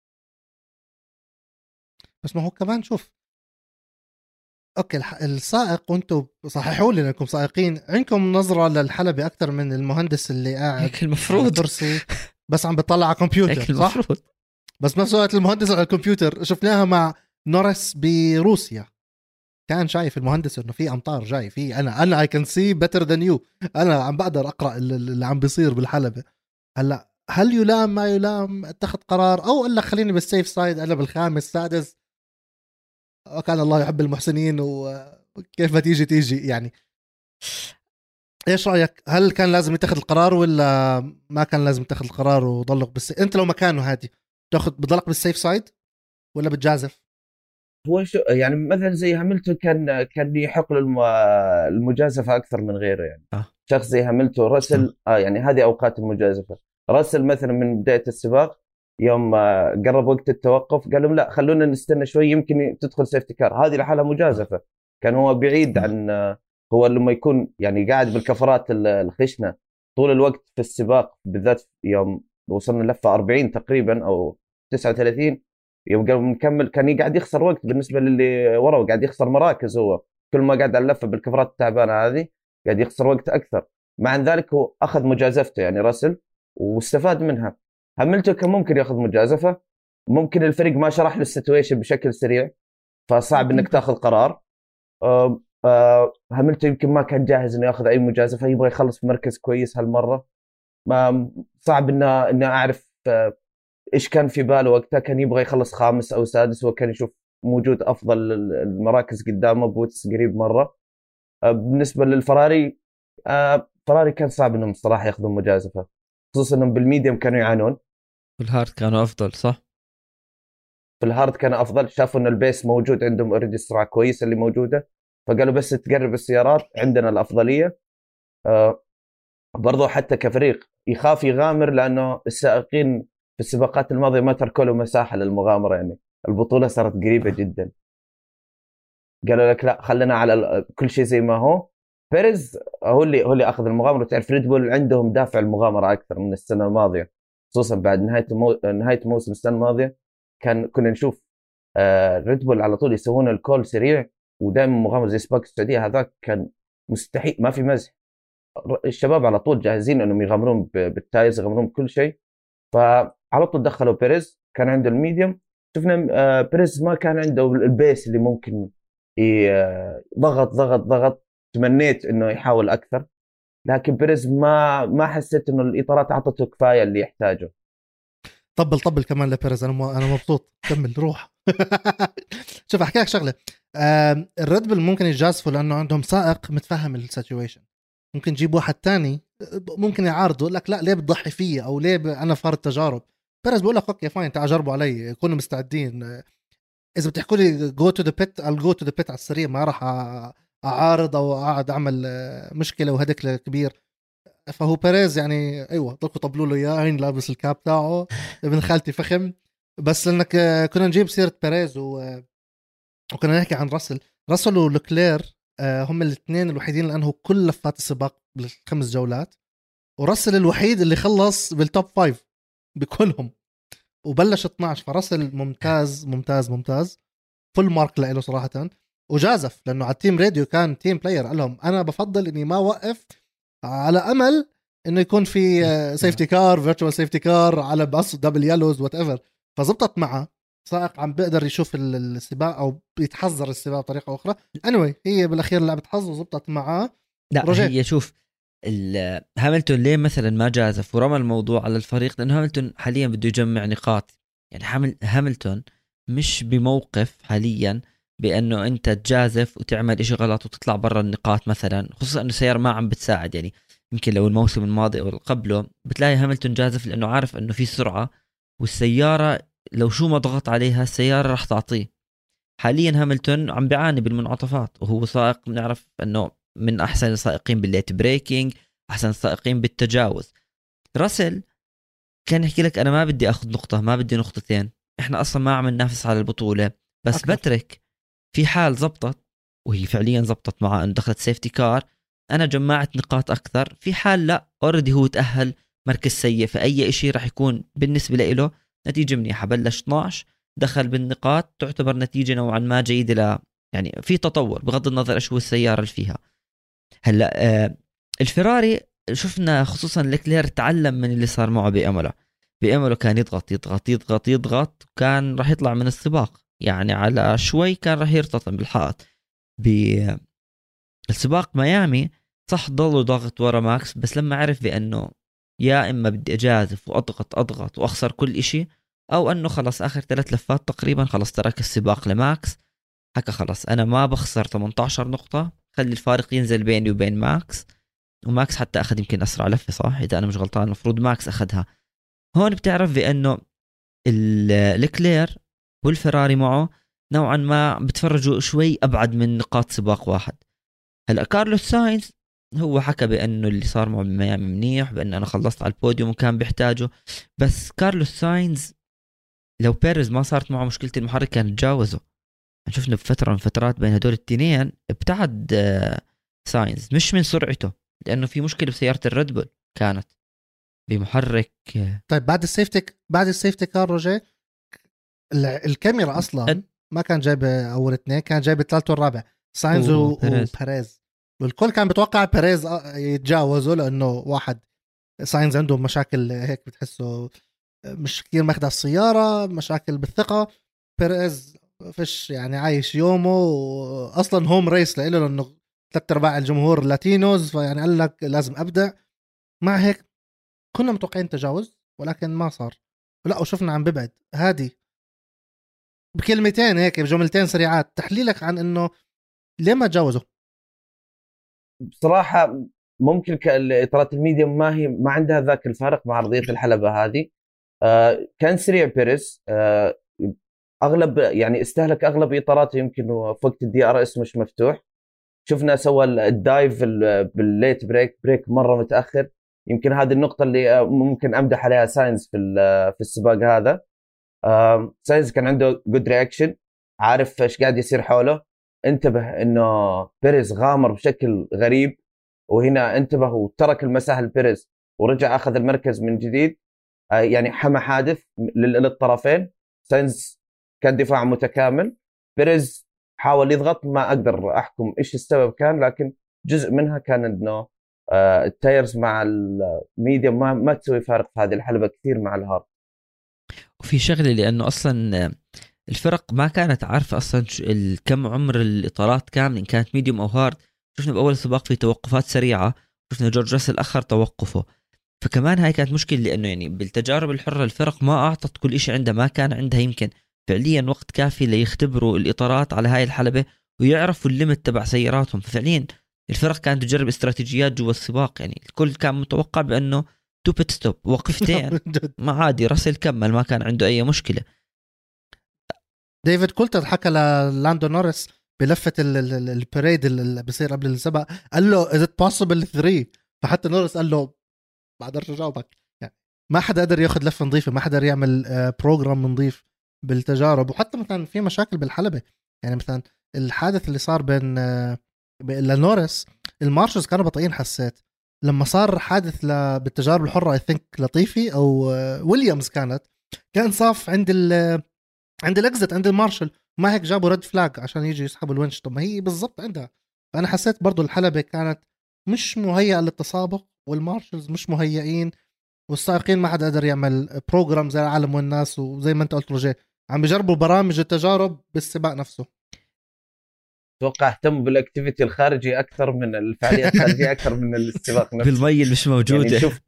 بس ما هو كمان شوف اوكي السائق، وانتم صححوا لي انكم سائقين عندكم نظرة للحلبة اكثر من المهندس اللي قاعد المفروض كرسي بس عم بيطلع على كمبيوتر، صح؟ المفروض. بس بنفس الوقت المهندس على الكمبيوتر شفناها مع نورس بروسيا، كان شايف المهندس انه في امطار جاي، في انا انا اي كان سي بيتر ذان يو، انا عم بقدر اقرا اللي عم بيصير بالحلبة. هلا هل يلام ما يلام اتخذ قرار، او قال لك خليني بالسيف سايد انا بالخامس السادس، وكان الله يحب المحسنين وكيف ما تيجي تيجي. يعني ايش رايك، هل كان لازم يتخذ القرار ولا ما كان لازم يتخذ القرار وضلك بس انت لو مكانه هادي تاخذ بضلك بالسيف سايد ولا بتجازف؟ هو شو يعني مثلا زي هاملتون كان كان يحق له المجازفه اكثر من غيره. يعني آه. شخص زي هاملتون رسل آه يعني هذه اوقات المجازفه. رسل مثلا من بدايه السباق يوم آه قرب وقت التوقف قال لهم لا خلونا نستنى شوي يمكن تدخل سيفتي كار، هذه لحالها مجازفه. كان هو بعيد عن آه هو لما يكون يعني قاعد بالكفرات الخشنه طول الوقت في السباق، بالذات يوم وصلنا لفه أربعين تقريبا او تسعة وثلاثين يوم قبل نكمل كان يقعد يخسر وقت بالنسبه للي وراه، قاعد يخسر مراكز. هو كل ما قاعد على اللفه بالكفرات التعبانه هذه قاعد يخسر وقت اكثر. مع ذلك هو اخذ مجازفته يعني راسل واستفاد منها. هاملتون كان ممكن ياخذ مجازفه، ممكن الفريق ما شرح له السيتويشن بشكل سريع فصعب انك تاخذ قرار. أه أه هاملتون يمكن ما كان جاهز انه ياخذ اي مجازفه، يبغى يخلص في مركز كويس هالمره. ما صعب انه انه اعرف أه ايش كان في باله وقتها، كان يبغى يخلص خامس او سادس وكان يشوف موجود افضل المراكز قدامه بوتس قريب مره. بالنسبه للفراري فراري كان صعب انهم الصراحه ياخذون مجازفه، خصوصا انهم بالميديوم كانوا يعانون. في الهارد كانوا افضل صح؟ في الهارد كان افضل، شافوا ان البيس موجود عندهم اوريدي السرعه كويسه اللي موجوده، فقالوا بس تقرب السيارات عندنا الافضليه. برضو حتى كفريق يخاف يغامر لانه السائقين في السباقات الماضيه ما تركوا له مساحه للمغامره. يعني البطوله صارت قريبه جدا، قالوا لك لا خلينا على كل شيء زي ما هو. بيريز هو اللي هو اللي اخذ المغامره. تعرف ريد بول عندهم دافع المغامره اكثر من السنه الماضيه، خصوصا بعد نهايه مو... نهايه موسم السنه الماضيه كان كنا نشوف آه ريد بول على طول يسوون الكول سريع، ودائما مغامره زي سباق السعوديه هذاك كان مستحيل ما في مزح. الشباب على طول جاهزين انهم يغامرون بالتايز يغامرون بكل شيء، فعلى طول دخلوا بيريز كان عنده الميديوم. شفنا آه بيريز ما كان عنده البيس اللي ممكن ضغط ضغط ضغط. تمنيت انه يحاول اكثر، لكن بيريز ما ما حسيت انه الاطارات اعطته كفايه اللي يحتاجه. طبل طبل كمان لبيريز، انا م... انا مبسوط. كمل روح. شوف احكي لك شغله، الريد بول ممكن يجازفوا لانه عندهم سائق متفهم السيتويشن. ممكن تجيب واحد تاني ممكن يعارضه، يقول لك لا ليه بتضحي فيه او ليه ب... انا فارت تجارب. بيريز بقول لك اوكي فاين تعال جربوا علي، كونوا مستعدين. اذا بتحكوا لي جو تو ذا بيت I'll go to the pit على السريع، ما راح اعارض او اقعد اعمل مشكله وهدك كبير. فهو بيريز يعني ايوه ضلكوا طبلوا له اياه، هين لابس الكاب تاعه ابن خالتي فخم. بس انك كنا نجيب سيره بيريز و... وكنا نحكي عن راسل راسل ولوكلير، هم الاثنين الوحيدين اللي انهوا كل لفات السباق بالخمس جولات، وراسل الوحيد اللي خلص بالتوب فايف بكلهم وبلش اثناشر. فراسل ممتاز ممتاز ممتاز، فول مارك له صراحه. وجازف لانه على التيم راديو كان تيم بلاير قال لهم انا بفضل اني ما اوقف على امل انه يكون في سيفتي كار فيرتشوال سيفتي كار على باص دبل يالوز وات ايفر. فزبطت معه سائق عم بيقدر يشوف السباق او بيتحذر السباق بطريقه اخرى. anyway هي بالاخير لعبه حظ وزبطت معه. لا روجيه. هي شوف هاملتون ليه مثلا ما جازف ورمى الموضوع على الفريق، لأنه هاملتون حاليا بده يجمع نقاط. يعني هاملتون مش بموقف حاليا بأنه أنت تجازف وتعمل إشي غلط وتطلع برا النقاط مثلا، خصوصا أنه السيارة ما عم بتساعد. يعني يمكن لو الموسم الماضي أو قبله بتلاقي هاملتون جازف لأنه عارف أنه في سرعة والسيارة لو شو ما ضغط عليها السيارة رح تعطيه. حاليا هاملتون عم بيعاني بالمنعطفات، وهو سائق بنعرف أنه من أحسن السائقين بالليت بريكينج، أحسن السائقين بالتجاوز. راسل كان يحكي لك أنا ما بدي أخذ نقطة، ما بدي نقطتين، إحنا أصلا ما عم ننافس على البطولة، بس أكثر. بترك في حال زبطت، وهي فعليا زبطت معه أنه دخلت سيفتي كار أنا جمعت نقاط أكثر. في حال لا أوردي هو تأهل مركز سيء، فأي إشي رح يكون بالنسبة له نتيجة منيحة. بلش اثناشر دخل بالنقاط، تعتبر نتيجة نوعا ما جيدة، ل يعني في تطور بغض النظر إيش هو السيارة اللي فيها. هلا آه الفراري شفنا خصوصا لكلير تعلم من اللي صار معه بأمله. بأمله كان يضغط يضغط يضغط يضغط كان راح يطلع من السباق، يعني على شوي كان راح يرتطم بالحائط. بالسباق ميامي صح ضلوا ضغط ورا ماكس، بس لما عرف بأنه يا إما بدي أجازف وأضغط أضغط وأخسر كل إشي، أو أنه خلص آخر ثلاث لفات تقريبا خلص ترك السباق لماكس، حكى خلص أنا ما بخسر ثمانية عشر نقطة، خلي الفارق ينزل بيني وبين ماكس. وماكس حتى أخذ يمكن أسرع لفة صح إذا أنا مش غلطان، المفروض ماكس أخذها. هون بتعرف بأنه الكلير والفراري معه نوعا ما بتفرجوا شوي أبعد من نقاط سباق واحد. هلأ كارلوس ساينز هو حكى بأنه اللي صار معه بميامي منيح، بأن أنا خلصت على البوديوم وكان بيحتاجه. بس كارلوس ساينز لو بيريز ما صارت معه مشكلة المحرك كان تجاوزه. شفنا بفترة من فترات بين هدول التنين ابتعد ساينز مش من سرعته، لأنه في مشكلة بسيارة الريد بول كانت بمحرك. طيب بعد السيفتي بعد السيفتي كار روجيه الكاميرا أصلا ما كان جايب أول اثنين، كان جايب الثالث والرابع ساينز وبيريز، والكل كان بتوقع بيريز يتجاوزه لأنه واحد ساينز عنده مشاكل هيك بتحسه مش كتير ماخد على السيارة، مشاكل بالثقة. بيريز فيش يعني عايش يومه، أصلا هوم ريس لإله لأنه ثلاث أرباع الجمهور لاتينوز، فيعني قال لك لازم أبدأ. مع هيك كنا متوقعين تجاوز ولكن ما صار، لا وشفنا عم ببعد. هادي بكلمتين هيك بجملتين سريعات تحليلك عن إنه ليه ما تجاوزوا؟ بصراحة ممكن إطارات الميديوم ما هي ما عندها ذاك الفارق مع أرضية الحلبة هذه. آه كان سريع بيريز، آه اغلب يعني استهلك اغلب اطاراته يمكن وقت الدي ار اس مش مفتوح. شفنا سوى الدايف بالليت بريك بريك مره متاخر، يمكن هذه النقطه اللي ممكن امدح عليها ساينز في في السباق هذا. ساينز كان عنده جود رياكشن، عارف ايش قاعد يصير حوله، انتبه انه بيريز غامر بشكل غريب، وهنا انتبه وترك المساحه لبيريز ورجع اخذ المركز من جديد. يعني حمى حادث للطرفين. ساينز كان دفاع متكامل، بيريز حاول يضغط، ما أقدر أحكم إيش السبب كان، لكن جزء منها كان إنه آه التايرز مع الميديوم ما ما تسوي فارق في هذه الحلبة كثير مع الهارد. وفي شغلة لأنه أصلا الفرق ما كانت عارفة أصلا كم عمر الإطارات كامل إن كانت ميديوم أو هارد. شفنا بأول سباق في توقفات سريعة، شفنا جورج راسل أخر توقفه، فكمان هاي كانت مشكلة لأنه يعني بالتجارب الحرة الفرق ما أعطت كل إشي عندها، ما كان عندها يمكن فعليا وقت كافي ليختبروا الإطارات على هاي الحلبة ويعرفوا الليمت تبع سياراتهم. ففعليا الفرق كانت تجرب استراتيجيات جوا السباق، يعني الكل كان متوقع بأنه تو بيت ستوب وقفتين ما عادي راسل كمل ما كان عنده أي مشكلة. ديفيد كولتر حكى للاندو نوريس بلفة البريد اللي بيصير قبل السباق، قال له is it possible three، فحتى نوريس قال له ما قدرت اجاوبك. يعني ما حدا قدر ياخذ لفه نظيفه، ما حدا يعمل بروجرام نظيف بالتجارب. وحتى مثلا في مشاكل بالحلبة، يعني مثلا الحادث اللي صار بين بين نوريس المارشلز كانوا بطيئين، حسيت لما صار حادث بالتجارب الحرة اي ثينك لطيفي او ويليامز كانت كان صاف عند ال عند الاكزت عند المارشل، ما هيك جابوا ريد فلاج عشان يجي يسحبوا الونش. طب ما هي بالضبط عندها. فانا حسيت برضو الحلبة كانت مش مهيئة للتسابق، والمارشلز مش مهيئين، والسائقين ما حدا قدر يعمل بروجرام زي العالم والناس. وزي ما انت قلت رجاء عم بيجربوا برامج التجارب بالسباق نفسه. اتوقع اهتموا بالاكتيفيتي الخارجي اكثر من الفعاليات الخارجيه اكثر من السباق نفسه. بالمي اللي مش موجوده يعني نشوف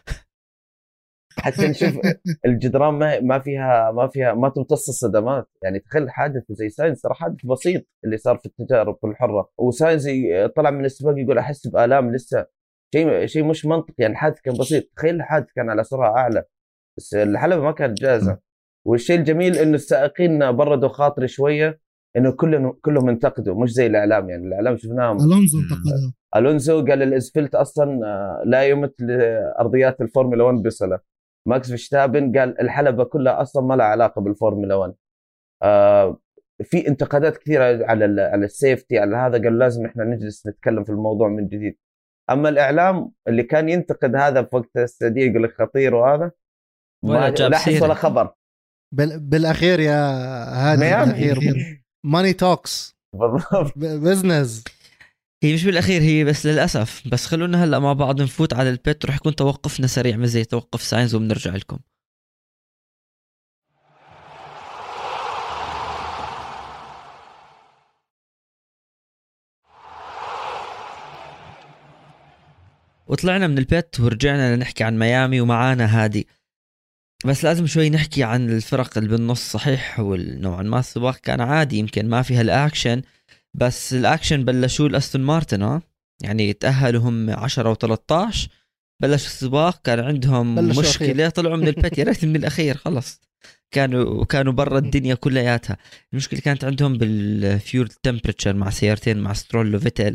حتى نشوف الجدران ما ما فيها ما فيها ما تمتص الصدمات. يعني تخيل حادث زي ساينز، ترى حادث بسيط اللي صار في التجارب الحره، وساينز طلع من السباق يقول احس بالام لسه، شيء شيء مش منطقي. يعني الحادث كان بسيط، تخيل الحادث كان على سرعه اعلى، بس الحلبة ما كانت جاهزه. والشيء الجميل انه السائقين بردوا خاطري شويه، انه كلهم كلهم انتقدوا مش زي الاعلام. يعني الاعلام شفناهم الونزو انتقده، الونزو قال الاسفلت اصلا لا يمت لارضيات الفورمولا واحد بصله. ماكس فيرستابن قال الحلبة كلها اصلا ما لها علاقه بالفورمولا واحد. آه في انتقادات كثيره على على السيفتي على هذا، قال لازم احنا نجلس نتكلم في الموضوع من جديد. اما الاعلام اللي كان ينتقد هذا في وقت السعوديه يقول لك خطير وهذا ما لا حس ولا خبر. بال... بالاخير يا هادي بالاخير ماني توكس بالضبط بزنس. هي مش بالاخير، هي بس للاسف. بس خلونا هلا مع بعض نفوت على البيت، رح يكون توقفنا سريع مش زي توقف ساينز وبنرجع لكم. وطلعنا من البيت ورجعنا لنحكي عن ميامي ومعانا هادي. بس لازم شوي نحكي عن الفرق اللي بالنص. صحيح والنوعا ما السباق كان عادي، يمكن ما فيها الأكشن، بس الأكشن بلشوا الأستون مارتن ها يعني تأهلوا هم عشرة وثلاثة عشر، بلش السباق كان عندهم مشكلة أخير. طلعوا من البيت يا ريت من الأخير خلص، كانوا كانوا برا الدنيا كلياتها. المشكلة كانت عندهم بالفيول تمبريتشر مع سيارتين مع سترول وفيتل.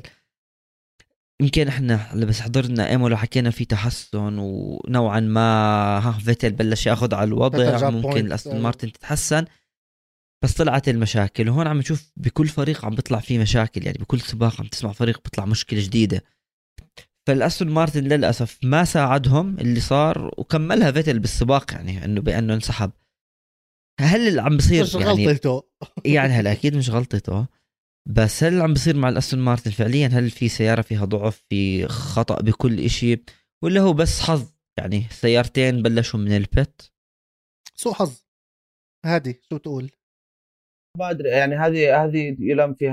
يمكن احنا بس حضرنا ايمولو حكينا في تحسن ونوعا ما ها فيتل بلش ياخذ على الوضع، ممكن الاستون مارتن تتحسن، بس طلعت المشاكل. وهون عم نشوف بكل فريق عم بيطلع فيه مشاكل، يعني بكل سباق عم تسمع فريق بيطلع مشكلة جديدة. فالاستون مارتن للاسف ما ساعدهم اللي صار، وكملها فيتل بالسباق يعني انه بانه انسحب. هل اللي عم بصير مش يعني غلطته يعني هلا اكيد مش غلطته، بس هل عم بصير مع الأستون مارتن فعليا؟ هل في سيارة فيها ضعف، في خطأ بكل إشي، ولا هو بس حظ؟ يعني سيارتين بلشوا من البيت سوء حظ. هادي شو تقول؟ ما أدري، يعني هذه هذه يلام فيها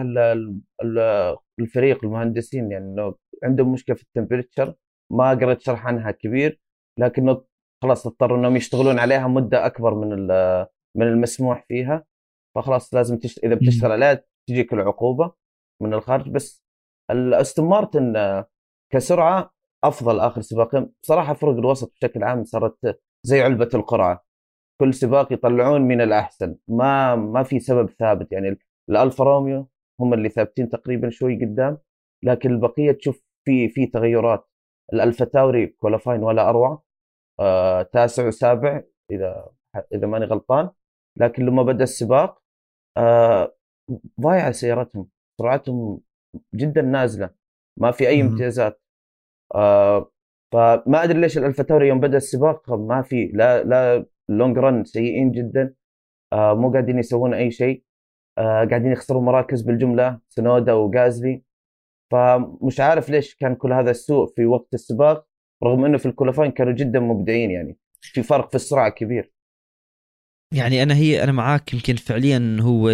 الفريق المهندسين، يعني إنه عندهم مشكلة في التمبريتشر ما قرأت شرح عنها كبير، لكنه خلاص اضطروا إنهم يشتغلون عليها مدة أكبر من من المسموح فيها، فخلاص لازم تشت... إذا بتشتغل عليها تجيك العقوبة من الخارج. بس الأستون مارتن كسرعة أفضل آخر سباقين بصراحة. فرق الوسط بشكل عام صارت زي علبة القرعة، كل سباق يطلعون من الأحسن، ما ما في سبب ثابت. يعني الألفا روميو هم اللي ثابتين تقريبا شوي قدام، لكن البقية تشوف في في تغيرات. الألفا تاوري كواليفاين ولا أروع، آه تاسع وسابع إذا إذا ماني غلطان، لكن لما بدأ السباق آه ضايعة سيارتهم، سرعتهم جدا نازلة، ما في أي امتيازات. آه فما أدري ليش الألفا تاوري يوم بدأ السباق ما في لا لا لونج رن، سيئين جدا، آه مو قاعدين يسوون أي شيء، آه قاعدين يخسروا مراكز بالجملة، سنودا وغازلي. فمش عارف ليش كان كل هذا السوء في وقت السباق، رغم أنه في الكوليفاين كانوا جدا مبدعين. يعني في فرق في السرعة كبير. يعني أنا هي أنا معاك، يمكن فعليا هو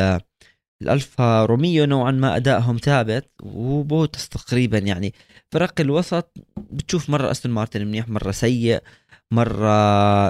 الألفا روميو نوعا ما أدائهم ثابت، وبوتس تقريبا. يعني فرق الوسط بتشوف مرة أستون مارتن منيح، مرة سيء، مرة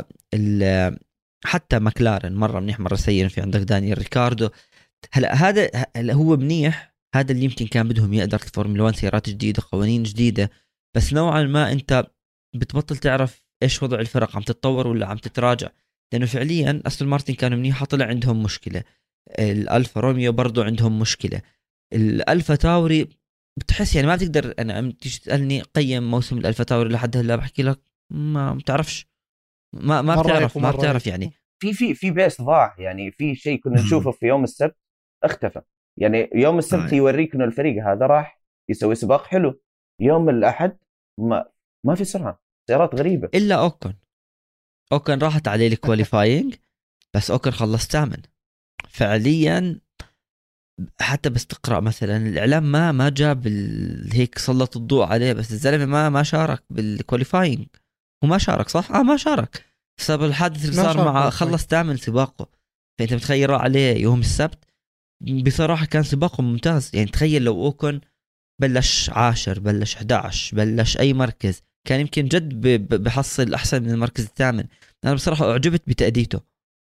حتى مكلارن مرة منيح مرة سيء. في عندك دانيال ريكاردو. هلا هذا هو منيح هذا اللي يمكن كان بدهم يقدر الفورمولا واحد سيارات جديدة قوانين جديدة، بس نوعا ما انت بتبطل تعرف ايش وضع الفرق، عم تتطور ولا عم تتراجع. لانه فعليا استون مارتن كانوا منيحة، طلع عندهم مشكلة. الالفا روميو برضو عندهم مشكلة. الالفا تاوري بتحس يعني ما بتقدر، انا عم تيجي تسالني قيم موسم الالفا تاوري لحد هلا بحكي لك ما بتعرفش، ما ما بتعرف ما بتعرف يعني في في في بيس ضاع، يعني في شيء كنا نشوفه في يوم السبت اختفى. يعني يوم السبت آه. يوريك انه الفريق هذا راح يسوي سباق حلو، يوم الاحد ما ما في سرعه، سيارات غريبه. الا اوكن اوكن راحت عليه الكواليفاينج بس اوكن خلص ثامن فعليا. حتى بس تقرا مثلا الاعلام ما ما جاب هيك سلط الضوء عليه، بس الزلمه ما ما شارك بالكواليفاينج، وما شارك صح اه ما شارك بسبب الحادث اللي صار مع خلص ثامن سباقه. فانت متخيل عليه يوم السبت بصراحه كان سباقه ممتاز. يعني تخيل لو اوكن بلش عاشر بلش احد عشر بلش اي مركز كان يمكن جد بحصل احسن من المركز الثامن. انا بصراحه اعجبت بتاديته.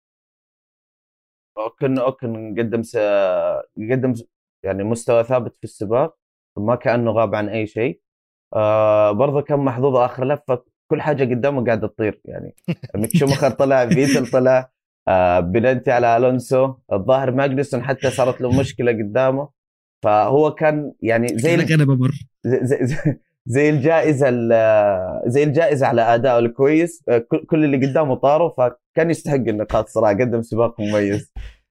اوكن اوكن قدم س... قدم يعني مستوى ثابت في السباق، ما كانه غاب عن اي شيء. آه برضه كان محظوظ اخر لفه، كل حاجه قدامه قاعده تطير. يعني ميك شوماخر طلع، فيتل طلع، آه بننتي على الونسو، الظاهر ماجنسون حتى صارت له مشكله قدامه. فهو كان يعني زي ال... انا بمر زي, زي, زي, زي الجائزه زي الجائزه على اداءه الكويس. كل اللي قدامه طاروا، فكان يستحق النقاط صراحه، قدم سباق مميز.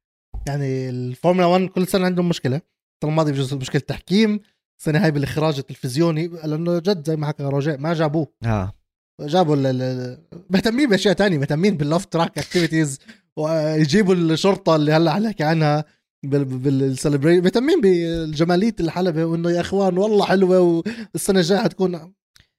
يعني الفورمولا واحد كل سنه عندهم مشكله. السنه الماضيه بجوز مشكله تحكيم، السنه هاي بالاخراج التلفزيوني، لانه جد زي ما حكى روجيه ما جابوه. اه جابوا ال مهتمين باشياء تانية، مهتمين باللوفت تراك اكتيفيتيز، ويجيبوا الشرطه اللي هلا حكي عنها بالسليبريشن، مهتمين بالجماليه الحلبه، وانه يا اخوان والله حلوه والسنه الجايه حتكون.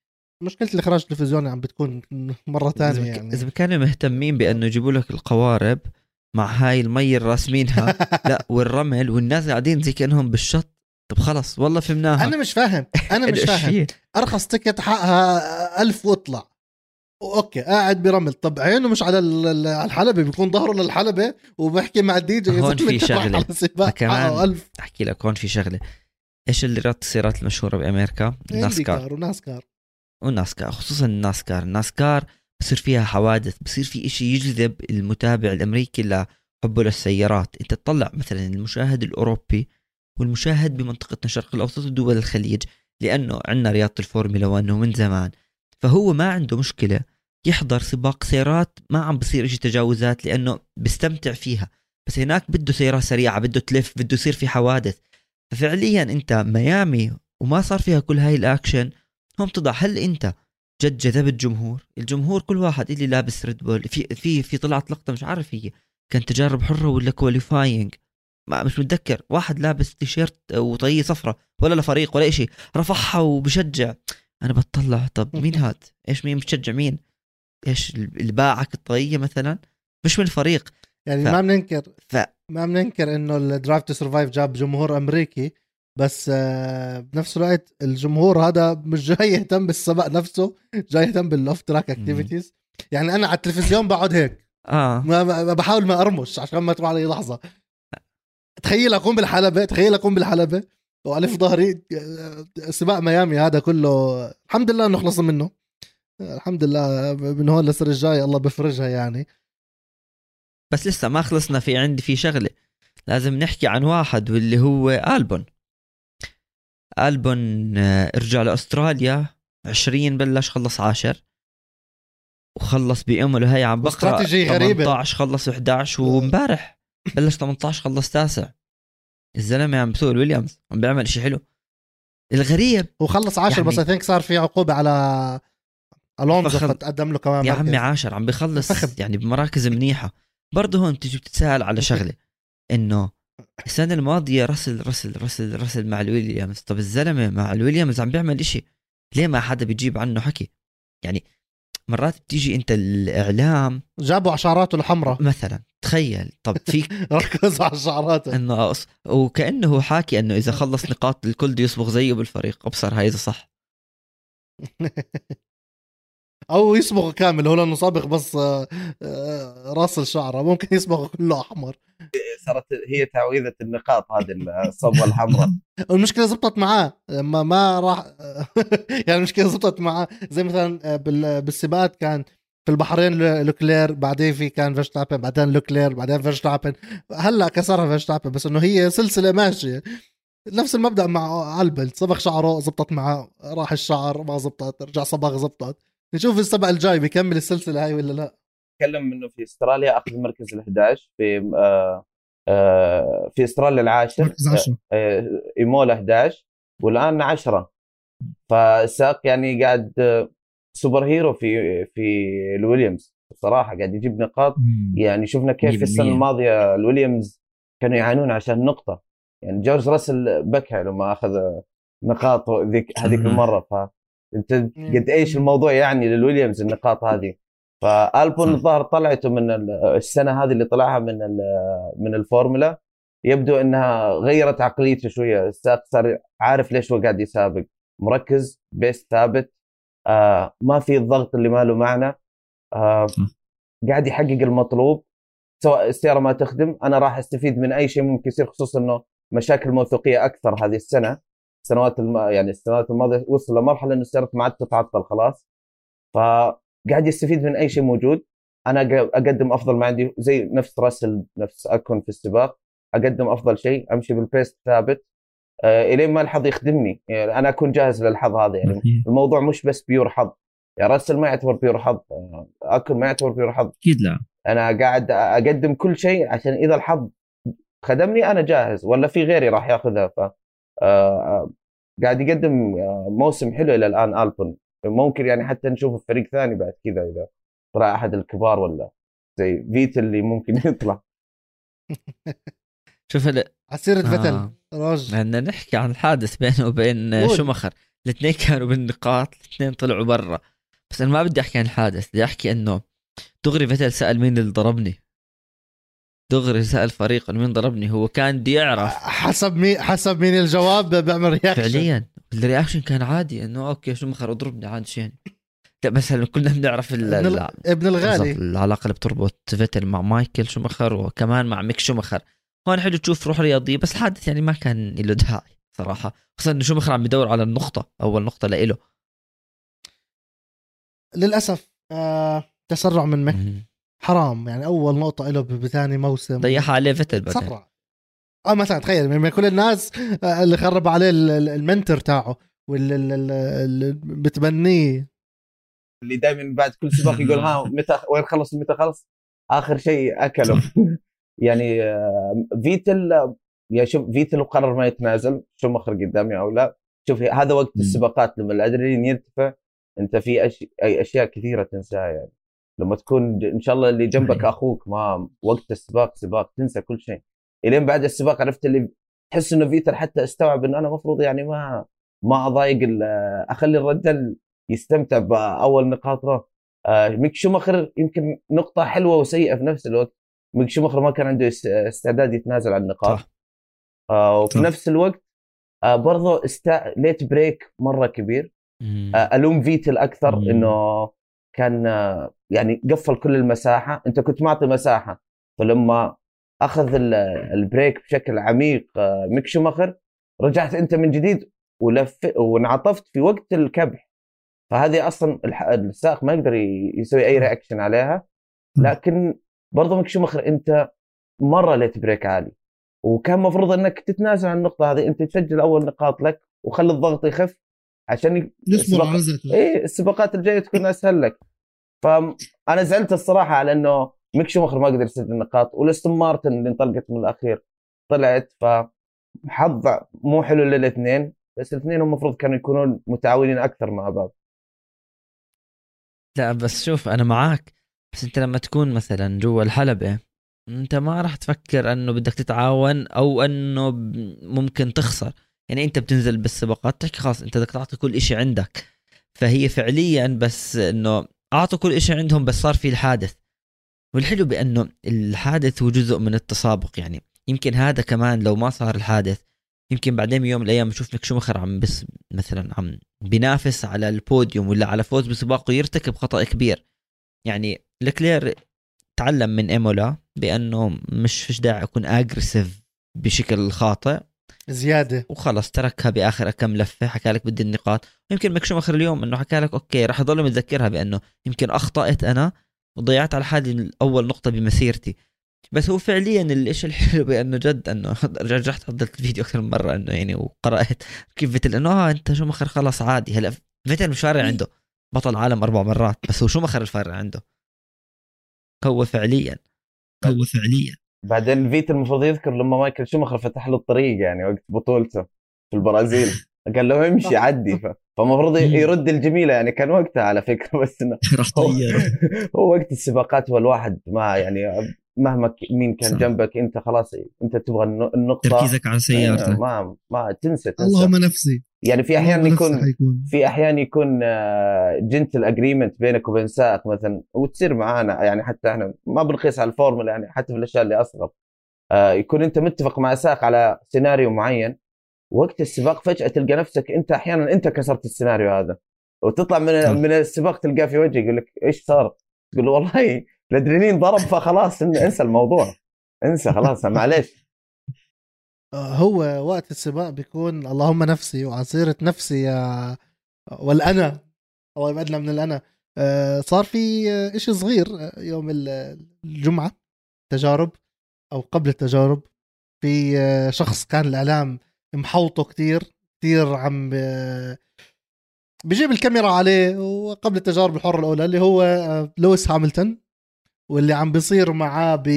مشكله الاخراج التلفزيوني عم بتكون مره ثانيه. يعني اذا كانوا مهتمين بانه يجيبوا لك القوارب مع هاي المي الراسمينها لا والرمل والناس قاعدين زي كانهم بالشط، طب خلص والله فهمناها. انا مش فاهم انا مش فاهم ارخص تيكت حقها ألف واطلع اوكي قاعد برمل، طب عينه مش على الحلبة، بيكون ظهره للحلبة وبحكي مع الدي جي. هون في شغله كمان احكي لك، هون في شغله. ايش اللي رياضه السيارات المشهوره بامريكا؟ ناسكار وناسكار وناسكار خصوصا الناسكار. الناسكار بصير فيها حوادث، بصير في إشي يجذب المتابع الامريكي لحبه للسيارات. انت تطلع مثلا المشاهد الاوروبي والمشاهد بمنطقه الشرق الاوسط ودول الخليج، لانه عندنا رياضه الفورمولا واحد من زمان، فهو ما عنده مشكله يحضر سباق سيارات ما عم بصير إشي تجاوزات لانه بيستمتع فيها. بس هناك بده سيارة سريعة، بده تلف، بده يصير في حوادث. ففعليا انت ميامي وما صار فيها كل هاي الاكشن، هم تضع هل انت جد جذبت جمهور؟ الجمهور كل واحد اللي لابس ريد بول في في في طلعت لقطة مش عارف هي كان تجارب حرة ولا كواليفاينج، ما مش متذكر، واحد لابس تيشيرت وطاقية صفرة ولا لفريق ولا إشي رفعها وبشجع. انا بتطلع طب مين هاد؟ ايش مين بتشجع مين؟ ايش اللي باعك الطاقية مثلا؟ مش من الفريق. يعني ف... ما بننكر ف... ما بننكر انه الدرايف تو سرفايف جاب جمهور امريكي، بس بنفس الوقت الجمهور هذا مش جاي يهتم بالسباق نفسه، جاي يهتم باللوف تراك اكتيفيتيز. يعني انا على التلفزيون بقعد هيك اه ما بحاول ما ارمش عشان ما تروح علي لحظه. تخيل اكون بالحلبة تخيل اكون بالحلبة والف ظهري سباق ميامي هذا كله. الحمد لله انه خلصنا منه، الحمد لله. من هون للسنه الجايه الله بفرجها يعني. بس لسه ما خلصنا، في عندي في شغله لازم نحكي عن واحد واللي هو ألبون. ألبون ارجع لأستراليا عشرين بلش خلص عاشر وخلص بأمله. هاي عم بقرأ ثمانية عشر خلص إحدى عشر ومبارح بلش ثمانية عشر خلص تاسع. الزلمة عم بسوق الويليامز عم بيعمل إشي حلو. الغريب وخلص عاشر يعني بس I think صار في عقوبة على ألونزو فتقدم له كمان يا مركز. عمي عاشر عم بيخلص فخم. يعني بمراكز منيحة. برضه هون تيجي بتتساءل على شغلة إنه السنة الماضية رسل رسل رسل رسل مع الويليامز، طب الزلمة مع الويليامز عم بيعمل إشي، ليه ما حدا بيجيب عنه حكي؟ يعني مرات بتيجي انت الاعلام جابوا عشاراته الحمراء مثلا، تخيل طب في ركز على شعراته انه أص... وكانه حاكي انه اذا خلص نقاط الكل بده يصبغ زيه بالفريق. ابصر هاي اذا صح. او يصبغ كامل، هو لانه صابغ بس آه، آه، راس الشعره، ممكن يصبغ كله احمر. صارت هي تعويذه النقاط هذه الصبغه الحمراء. المشكله زبطت معاه ما ما راح يعني المشكله زبطت معاه زي مثلا بال- بالسباقات كان في البحرين لوكلير، بعدين في كان فيرستابن، بعدين لوكلير، بعدين فيرستابن، هلا كسرها فيرستابن، بس انه هي سلسله ماشيه. نفس المبدا مع البن، صبغ شعره زبطت معاه، راح الشعر ما زبطت، رجع صبغ زبطت. نشوف السبق الجاي بيكمل السلسله هاي ولا لا. تكلم انه في استراليا اخذ المركز ال11 في آه آه في استراليا العاشر، مركز عشرة. آه ايمولا احد عشر والان عشرة. فالساق يعني قاعد آه، سوبر هيرو في في الويليامز بصراحه، قاعد يجيب نقاط. يعني شفنا كيف في السنه الماضيه الويليامز كانوا يعانون عشان نقطه، يعني جورج راسل بكى لما اخذ نقاط ذيك هذيك المره. فانت قد ايش الموضوع يعني للويليامز النقاط هذه. فالبون الظاهر طلعته من السنه هذه اللي طلعها من من الفورمولا، يبدو انها غيرت عقليته شويه. السائق صار عارف ليش هو قاعد يسابق، مركز، بيس ثابت، آه ما في الضغط اللي ما له معنى، آه قاعد يحقق المطلوب. سواء السياره ما تخدم، انا راح استفيد من اي شيء ممكن يصير، خصوصا انه مشاكل موثوقيه اكثر هذه السنه. السنوات الم... يعني السنوات الماضيه وصل لمرحله انه السيارات ما عاد تتعطل خلاص، فقاعد يستفيد من اي شيء موجود. انا اقدم افضل ما عندي، زي نفس راسل، نفس اكون في السباق، اقدم افضل شيء، امشي بالبيست ثابت آه الين ما الحظ يخدمني. يعني انا اكون جاهز للحظ هذا. يعني الموضوع مش بس بيور حظ، يعني راسل ما يعتبر بيور حظ، اكون ما يعتبر بيور حظ، اكيد لا. انا قاعد اقدم كل شيء عشان اذا الحظ خدمني انا جاهز، ولا في غيري راح ياخذها. ف آه قاعد يقدم موسم حلو الى الان البون. ممكن يعني حتى نشوف فريق ثاني بعد كذا اذا طلع احد الكبار، ولا زي فيت اللي ممكن يطلع. شوف هلا عسيرة آه. فتل راجل، بدنا نحكي عن الحادث بينه وبين قول. شوماخر. الاثنين كانوا بالنقاط، الاثنين طلعوا برا. بس انا ما بدي احكي عن الحادث، بدي احكي انه دغري فتل سأل مين اللي ضربني، دغري سأل فريق مين ضربني. هو كان بدي يعرف حسب مين حسب مين الجواب بيعمل رياكشن. فعليا الرياكشن كان عادي، انه اوكي شوماخر اضربني عادي شيء يعني. لا بس كلنا بنعرف ال ابن, ال... ابن الغالي العلاقه اللي بتربط فتل مع مايكل شوماخر وكمان مع ميك شوماخر. هون حلو تشوف روح رياضيه، بس الحادث يعني ما كان له داعي صراحه، خصوصا انه شوماخر عم يدور على النقطه، اول نقطه لإله. للاسف آه... تسرع من مك حرام، يعني اول نقطه له بثاني موسم ضيعها عليه فتل بعدين. تسرع. اه مثلا تخيل من كل الناس اللي خرب عليه المنتور تاعه واللي بتبنيه، اللي دائما بعد كل سباق يقول ها متى وين خلص متى خلص، اخر شيء اكله. يعني فيتل، يا شوف فيتل وقرر ما يتنازل، شو مخر قدامي او لا. شوف هذا وقت السباقات لما الادرينالين يرتفع، انت في أشي... اي اشياء كثيره تنساها. يعني لما تكون ان شاء الله اللي جنبك اخوك، ما وقت السباق سباق تنسى كل شيء. الين بعد السباق عرفت اللي تحس انه فيتل حتى استوعب انه انا مفروض يعني ما ما اضايق، اخلي الرجال يستمتع باول نقاط له. آه ميك شوماخر يمكن نقطه حلوه وسيئه في نفس الوقت. ميك شوماخر ما كان عنده استعداد يتنازل عن النقاط. آه وفي نفس الوقت آه برضه استا... ليت بريك مره كبير. آه الوم فيتل اكثر مم. انه كان آه يعني قفل كل المساحه، انت كنت معطي مساحه، فلما اخذ البريك بشكل عميق آه ميك شوماخر رجعت انت من جديد ولف وانعطفت في وقت الكبح. فهذه اصلا السائق ما يقدر يسوي اي رياكشن عليها. لكن برضه ميك شوماخر انت مره ليت بريك عالي، وكان مفروض انك تتنازل عن النقطه هذه، انت تسجل اول نقاط لك وخلي الضغط يخف عشان السباق... ايه السباقات الجايه تكون اسهل لك. فانا زعلت الصراحه على انه ميك شوماخر ما قدر يسجل النقاط، والاستون مارتن اللي انطلقت من الاخير طلعت. فحظ مو حلو للاثنين، بس الاثنين هم المفروض كانوا يكونون متعاونين اكثر مع بعض. لا بس شوف انا معاك، بس انت لما تكون مثلا جوا الحلبة انت ما راح تفكر انه بدك تتعاون او انه ممكن تخسر. يعني انت بتنزل بالسباقات تحكي خلاص انت بدك تعطي كل اشي عندك. فهي فعليا بس انه اعطوا كل اشي عندهم، بس صار في الحادث. والحلو بانه الحادث هو جزء من التسابق. يعني يمكن هذا كمان لو ما صار الحادث يمكن بعدين يوم من الايام نشوف ميك شوماخر عم بس مثلا عم بينافس على البوديوم ولا على فوز بسباقه يرتكب خطأ كبير. يعني لكلير تعلم من ايمولا بانه مش فيش داعي يكون اجريسيف بشكل خاطئ زياده، وخلص تركها باخر كم لفه، حكى لك بدي النقاط. يمكن ميك شوماخر اليوم انه حكى لك اوكي راح اضل متذكرها بانه يمكن اخطأت انا وضيعت على حالي اول نقطه بمسيرتي. بس هو فعليا الاشي الحلو بانه جد انه رجعت حضرت الفيديو اكثر من مره انه يعني وقرات كيف فيتل انه اه انت شوماخر خلص عادي. هلا فيتل مش فارق عنده بطل عالم اربع مرات، بس هو شوماخر الفارق عنده. هو فعليا هو فعليا بعدين فيت المفروض يذكر لما مايكل شوماخر فتح له الطريق يعني وقت بطولته في البرازيل قال له امشي عدي، فالمفروض يرد الجميله يعني كان وقتها على فكره. بس انه راح طيره. هو وقت السباقات والواحد ما يعني مهما مين كان صح. جنبك انت خلاص انت تبغى النقطه، تركيزك على سيارتك، ما ما تنسى, تنسى. اللهم نفسي. يعني في احيان يكون في احيان يكون جنتل اجريمنت بينك وبين سائق مثلا وتصير معانا يعني حتى احنا ما بنقيس على الفورمولا يعني حتى في الاشياء اللي اصغر يكون انت متفق مع سائق على سيناريو معين وقت السباق فجأة تلقى نفسك انت احيانا انت كسرت السيناريو هذا وتطلع من صح. من السباق تلقاه في وجهك يقول لك ايش صار؟ تقول له والله الادرينالين ضرب فخلاص انسى الموضوع، انسى خلاص معليش. هو وقت السباق بيكون اللهم نفسي وعصيرة نفسي يا والأنا الله يبعدنا من الأنا. صار في إشي صغير يوم الجمعة تجارب أو قبل التجارب، في شخص كان الإعلام محوطه كتير كتير عم بيجيب الكاميرا عليه وقبل التجارب الحرة الأولى اللي هو لويس هاملتون، واللي عم بيصير معاه ب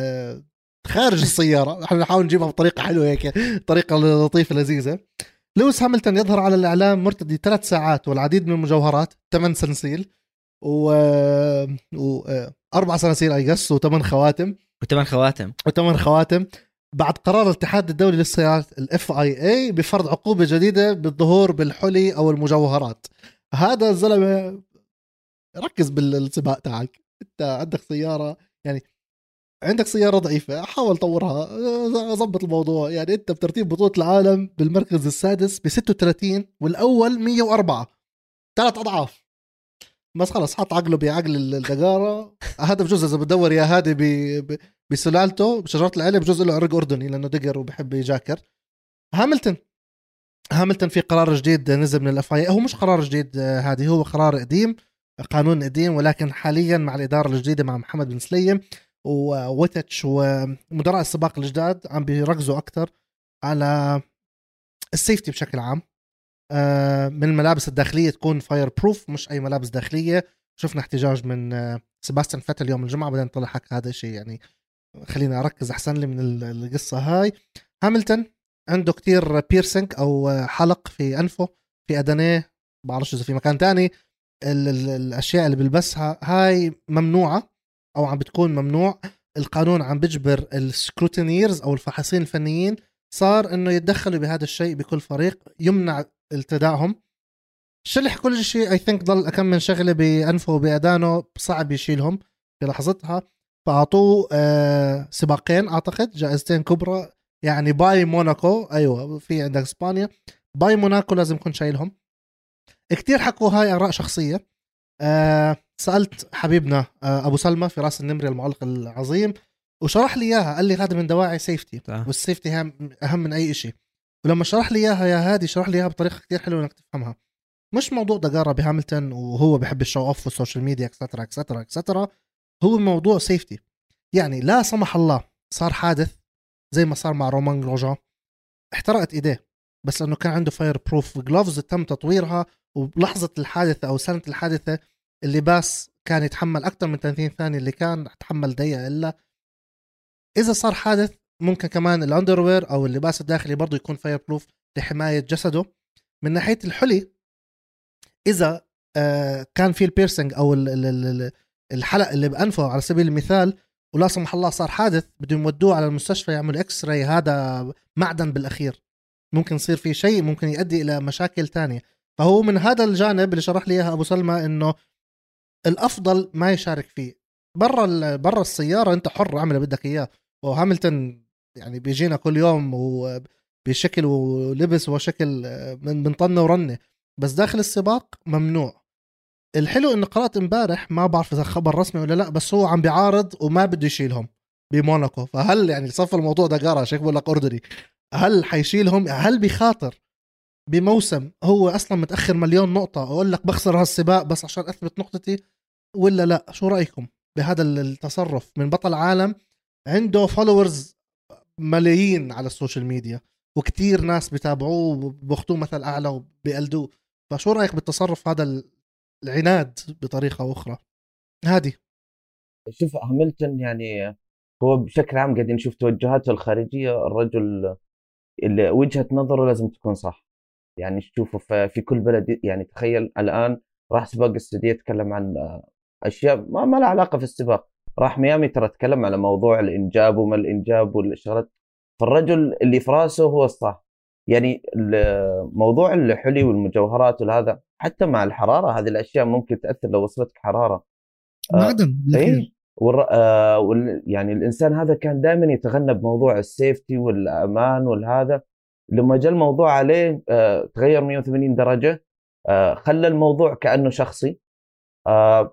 خارج السيارة. احنا نحاول نجيبها بطريقة حلوة هيك، طريقة لطيفة لذيذة. لويس هاملتون يظهر على الإعلام مرتدي ثلاث ساعات والعديد من المجوهرات، ثمان سلاسل و... و... أربع سلاسل أيقص وثمان خواتم وثمان خواتم وثمان خواتم بعد قرار الاتحاد الدولي للسيارات الاف اي اي بفرض عقوبة جديدة بالظهور بالحلي أو المجوهرات. هذا الزلمة ركز بالسباق تاعك، انت عندك سيارة يعني عندك سيارة ضعيفة حاول طورها، ضبط الموضوع. يعني انت بترتيب بطولة العالم بالمركز السادس ب ستة وثلاثين والأول مية وأربعة، ثلاث أضعاف. بس خلص حط عقله بعقل الدقارة. هذا بجوز إذا بدور يا هادي بسلالته بشجرة العيلة بجوز له عرق أردني لأنه دقر وبحب يجاكر. هاملتون هاملتون في قرار جديد نزل من الاف اي، هو مش قرار جديد هذه، هو قرار قديم، قانون قديم، ولكن حاليا مع الإدارة الجديدة مع محمد بن سليم ووتش ومدراء السباق الجداد عم بيركزوا أكتر على السيفتي بشكل عام. من الملابس الداخلية تكون فاير بروف مش أي ملابس داخلية. شفنا احتجاج من سيباستيان فيتل يوم الجمعة بدنا نطلع حق هذا الشيء، يعني خلينا أركز أحسن لي من القصة هاي. هاملتون عنده كتير بيرسينج أو حلق في أنفه في أدنيه، بعرفش إذا في مكان تاني. ال ال الأشياء اللي بلبسها هاي ممنوعة أو عم بتكون ممنوع. القانون عم بجبر السكروتينيرز أو الفحاصين الفنيين صار إنه يتدخلوا بهذا الشيء بكل فريق، يمنع التداعم. شلح كل شيء I think ضل أكم من شغلة بأنفه وبأدانه صعب يشيلهم في لحظتها، فأعطوه آه سباقين أعتقد جائزتين كبرى، يعني باي موناكو، أيوة في عندك إسبانيا باي موناكو لازم يكون شايلهم. كتير حكوا هاي آراء شخصية. أه سألت حبيبنا أه أبو سلمى في راس النمري المعلق العظيم وشرح لي إياها، قال لي هذا من دواعي سيفتي، والسيفتي هم أهم من أي إشي. ولما شرح لي إياها يا هادي شرح لي إياها بطريقة كتير حلوة إنك تفهمها. مش موضوع دقارة بهاملتون وهو بحب الشو أوف والسوشيال ميديا اكسترا اكسترا اكسترا، هو موضوع سيفتي. يعني لا سمح الله صار حادث زي ما صار مع رومان جروجان، احترقت إيديه بس أنه كان عنده فاير بروف جلوفز تم تطويرها، وبلحظة الحادثة أو سنة الحادثة اللباس كان يتحمل أكثر من ثلاثين ثانية، اللي كان تحمل دقيقة إلا. إذا صار حادث ممكن كمان الأندروير أو اللباس الداخلي برضو يكون فاير بروف لحماية جسده. من ناحية الحلي إذا آه كان في البيرسنج أو الحلق اللي بأنفه على سبيل المثال ولا سمح الله صار حادث بدهم يودوه على المستشفى يعمل إكس راي، هذا معدن بالأخير ممكن يصير فيه شيء ممكن يؤدي إلى مشاكل تانية. فهو من هذا الجانب اللي شرح لي إياها أبو سلمى إنه الأفضل ما يشارك فيه. برا برا السيارة أنت حر اعمل بدك إياه. وهاملتون يعني بيجينا كل يوم بشكل ولبس وشكل من من طنه ورنه، بس داخل السباق ممنوع. الحلو انه قرأت امبارح، ما بعرف اذا خبر رسمي ولا لا، بس هو عم بيعارض وما بده يشيلهم بموناكو. فهل يعني صف الموضوع ده قرا شيخ بقول لك اردني، هل حيشيلهم؟ هل بيخاطر بموسم هو اصلا متاخر مليون نقطه اقول لك بخسر هالسباق بس عشان اثبت نقطتي، ولا لا؟ شو رايكم بهذا التصرف من بطل عالم عنده فولورز ملايين على السوشيال ميديا وكتير ناس بتابعوه وباخدوه مثل اعلى وبيقلدوه؟ فشو رايك بالتصرف هذا العناد بطريقه اخرى؟ هادي شوف هاملتون يعني هو بشكل عام قاعدين نشوف توجهاته الخارجيه، الرجل اللي وجهه نظره لازم تكون صح. يعني تشوفه في في كل بلد، يعني تخيل الان راح سباق السعوديه يتكلم عن اشياء ما, ما لها علاقه في السباق، راح ميامي ترى تكلم على موضوع الانجاب وما الانجاب والاشارات. فالرجل اللي في راسه هو الصح. يعني موضوع الحلي والمجوهرات وهذا حتى مع الحراره، هذه الاشياء ممكن تاثر لو وصلتك حراره. معدن اي والر... آه وال... يعني الانسان هذا كان دائما يتغنى بموضوع السيفتي والامان والهذا. لما جاء الموضوع عليه آه تغير مية وثمانين درجه، آه خلى الموضوع كانه شخصي. آه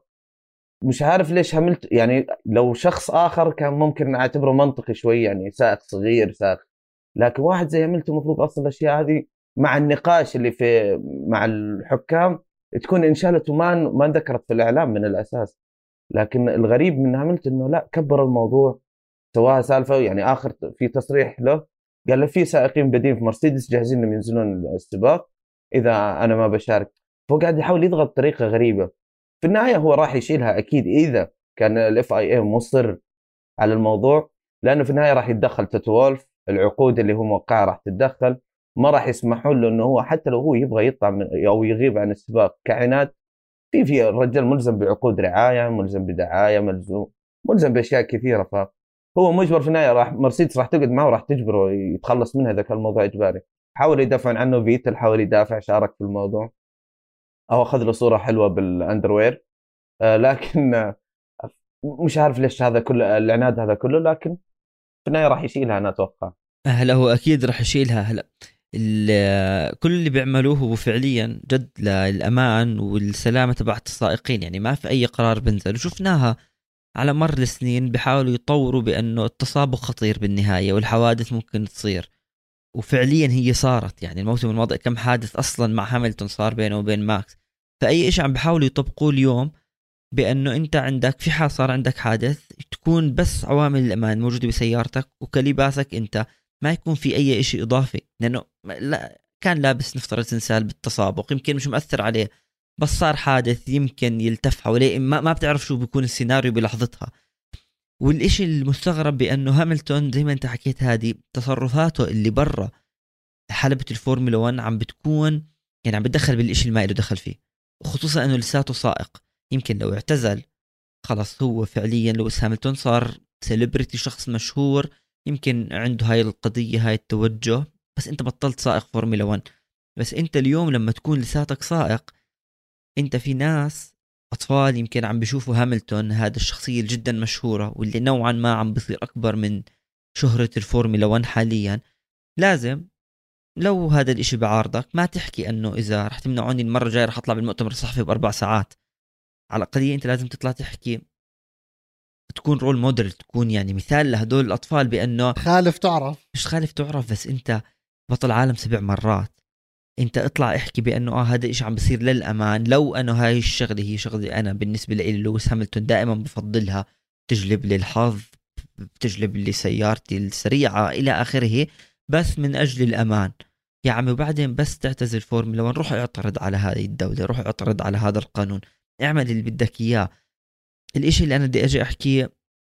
مش عارف ليش هملت، يعني لو شخص اخر كان ممكن اعتبره منطقي شوي، يعني سائق صغير سائق، لكن واحد زي هملت المفروض اصلا الاشياء هذه مع النقاش اللي في مع الحكام تكون انشالت وما ما ذكرت في الاعلام من الاساس. لكن الغريب من هاملتون انه لا، كبر الموضوع، سواها سالفه. يعني اخر في تصريح له قال له في سائقين بدين في مرسيدس جاهزين انهم ينزلون السباق اذا انا ما بشارك. فهو قاعد يحاول يضغط بطريقه غريبه. في النهايه هو راح يشيلها اكيد اذا كان الاف اي اي مصر على الموضوع، لانه في النهايه راح يتدخل تتوولف، العقود اللي هو موقعها راح تتدخل، ما راح يسمحوا له انه هو حتى لو هو يبغى يطلع من او يغيب عن السباق كعناد. في في الرجال ملزم بعقود رعايه، ملزم بدعايه، ملزم ملزم باشياء كثيره. فهو مجبر في النهايه، راح مرسيدس راح تقعد معه وراح تجبره يتخلص منها اذا كان الموضوع اجباري. حاول يدافع عنه، فيتل حاول يدافع، شارك في الموضوع او اخذ له صوره حلوه بالاندروير. آه لكن آه مش عارف ليش هذا كله العناد هذا كله، لكن في النهايه راح يشيلها انا اتوقع. هلا هو اكيد راح يشيلها. هلا كل اللي بيعملوه هو فعليا جد للامان والسلامه تبعت السائقين، يعني ما في اي قرار بنزل. وشفناها على مر السنين بيحاولوا يطوروا بانه التسابق خطير بالنهايه والحوادث ممكن تصير، وفعليا هي صارت. يعني الموسم الماضي كم حادث اصلا مع هاملتون صار بينه وبين ماكس. فاي شيء عم بيحاولوا يطبقوه اليوم بانه انت عندك في حال صار عندك حادث تكون بس عوامل الامان موجوده بسيارتك وكلباسك انت، ما يكون في اي شيء اضافي. لانه لا كان لابس نفترض تنسال بالتسابق يمكن مش مؤثر عليه، بس صار حادث يمكن يلتف حواليه، ما, ما بتعرف شو بيكون السيناريو بلحظتها. والإشي المستغرب بأنه هاملتون زي ما انت حكيت هذه تصرفاته اللي برا حلبة الفورمولا واحد عم بتكون يعني عم بتدخل بالإشي اللي ما له دخل فيه، خصوصا أنه لساته سائق. يمكن لو اعتزل خلاص هو فعليا لويس هاملتون صار سيلبرتي، شخص مشهور، يمكن عنده هاي القضية هاي التوجه، بس انت بطلت سائق فورمولا واحد. بس انت اليوم لما تكون لساتك سائق، انت في ناس اطفال يمكن عم بيشوفوا هاملتون هذا الشخصية جدا مشهورة واللي نوعا ما عم بصير اكبر من شهرة الفورمولا واحد حاليا. لازم لو هذا الاشي بعارضك ما تحكي انه اذا رح تمنعوني المرة الجاية رح اطلع بالمؤتمر الصحفي باربع ساعات. على الأقل انت لازم تطلع تحكي، تكون رول موديل، تكون يعني مثال لهدول الأطفال بأنه خالف تعرف. مش خالف تعرف، بس انت بطل عالم سبع مرات، انت اطلع احكي بأنه اه هذا إيش عم بصير للأمان. لو أنا هاي الشغلة هي شغلة أنا بالنسبة لي لويس هاملتون دائما بفضلها، تجلب لي الحظ، بتجلب لي سيارتي السريعة إلى آخره، بس من أجل الأمان يا عمي. وبعدين بس تعتزل فورمولا واحد روح اعترض على هذه الدولة، روح اعترض على هذا القانون، اعمل اللي بدك إياه. الإشي اللي أنا بدي أجي أحكيه،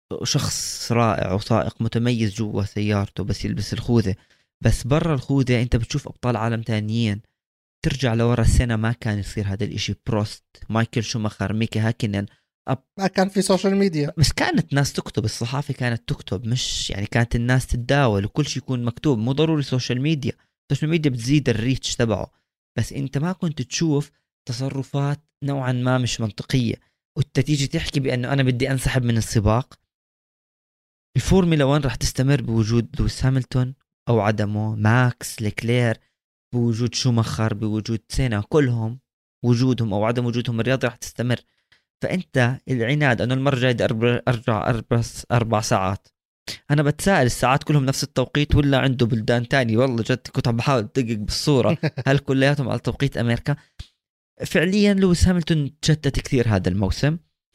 شخص رائع وسائق متميز جوا سيارته بس يلبس الخوذة، بس برا الخوذة أنت بتشوف أبطال عالم تانيين ترجع لورا السنة ما كان يصير هذا الإشي. بروست، مايكل شوماخر، ميكي هاكينن، أب... ما كان في سوشيال ميديا، بس كانت ناس تكتب، الصحافة كانت تكتب، مش يعني كانت الناس تتداول وكل شيء يكون مكتوب. مو ضروري سوشيال ميديا، السوشيال ميديا بتزيد الريتش تبعه، بس أنت ما كنت تشوف تصرفات نوعا ما مش منطقية. وانت تيجي تحكي بأنه أنا بدي أنسحب من السباق. الفورمولا واحد رح تستمر بوجود لويس هاملتون أو عدمه، ماكس، ليكلير، بوجود شومخر، بوجود سينا، كلهم وجودهم أو عدم وجودهم الرياضة رح تستمر. فأنت العناد أنه المرة الجاية أرجع أربع, أربع ساعات، أنا بتساءل الساعات كلهم نفس التوقيت ولا عنده بلدان تاني؟ والله جد كنت عم بحاول أدقق بالصورة هل كلياتهم على توقيت أمريكا؟ فعليا لويس هاملتون تشتت كثير هذا الموسم،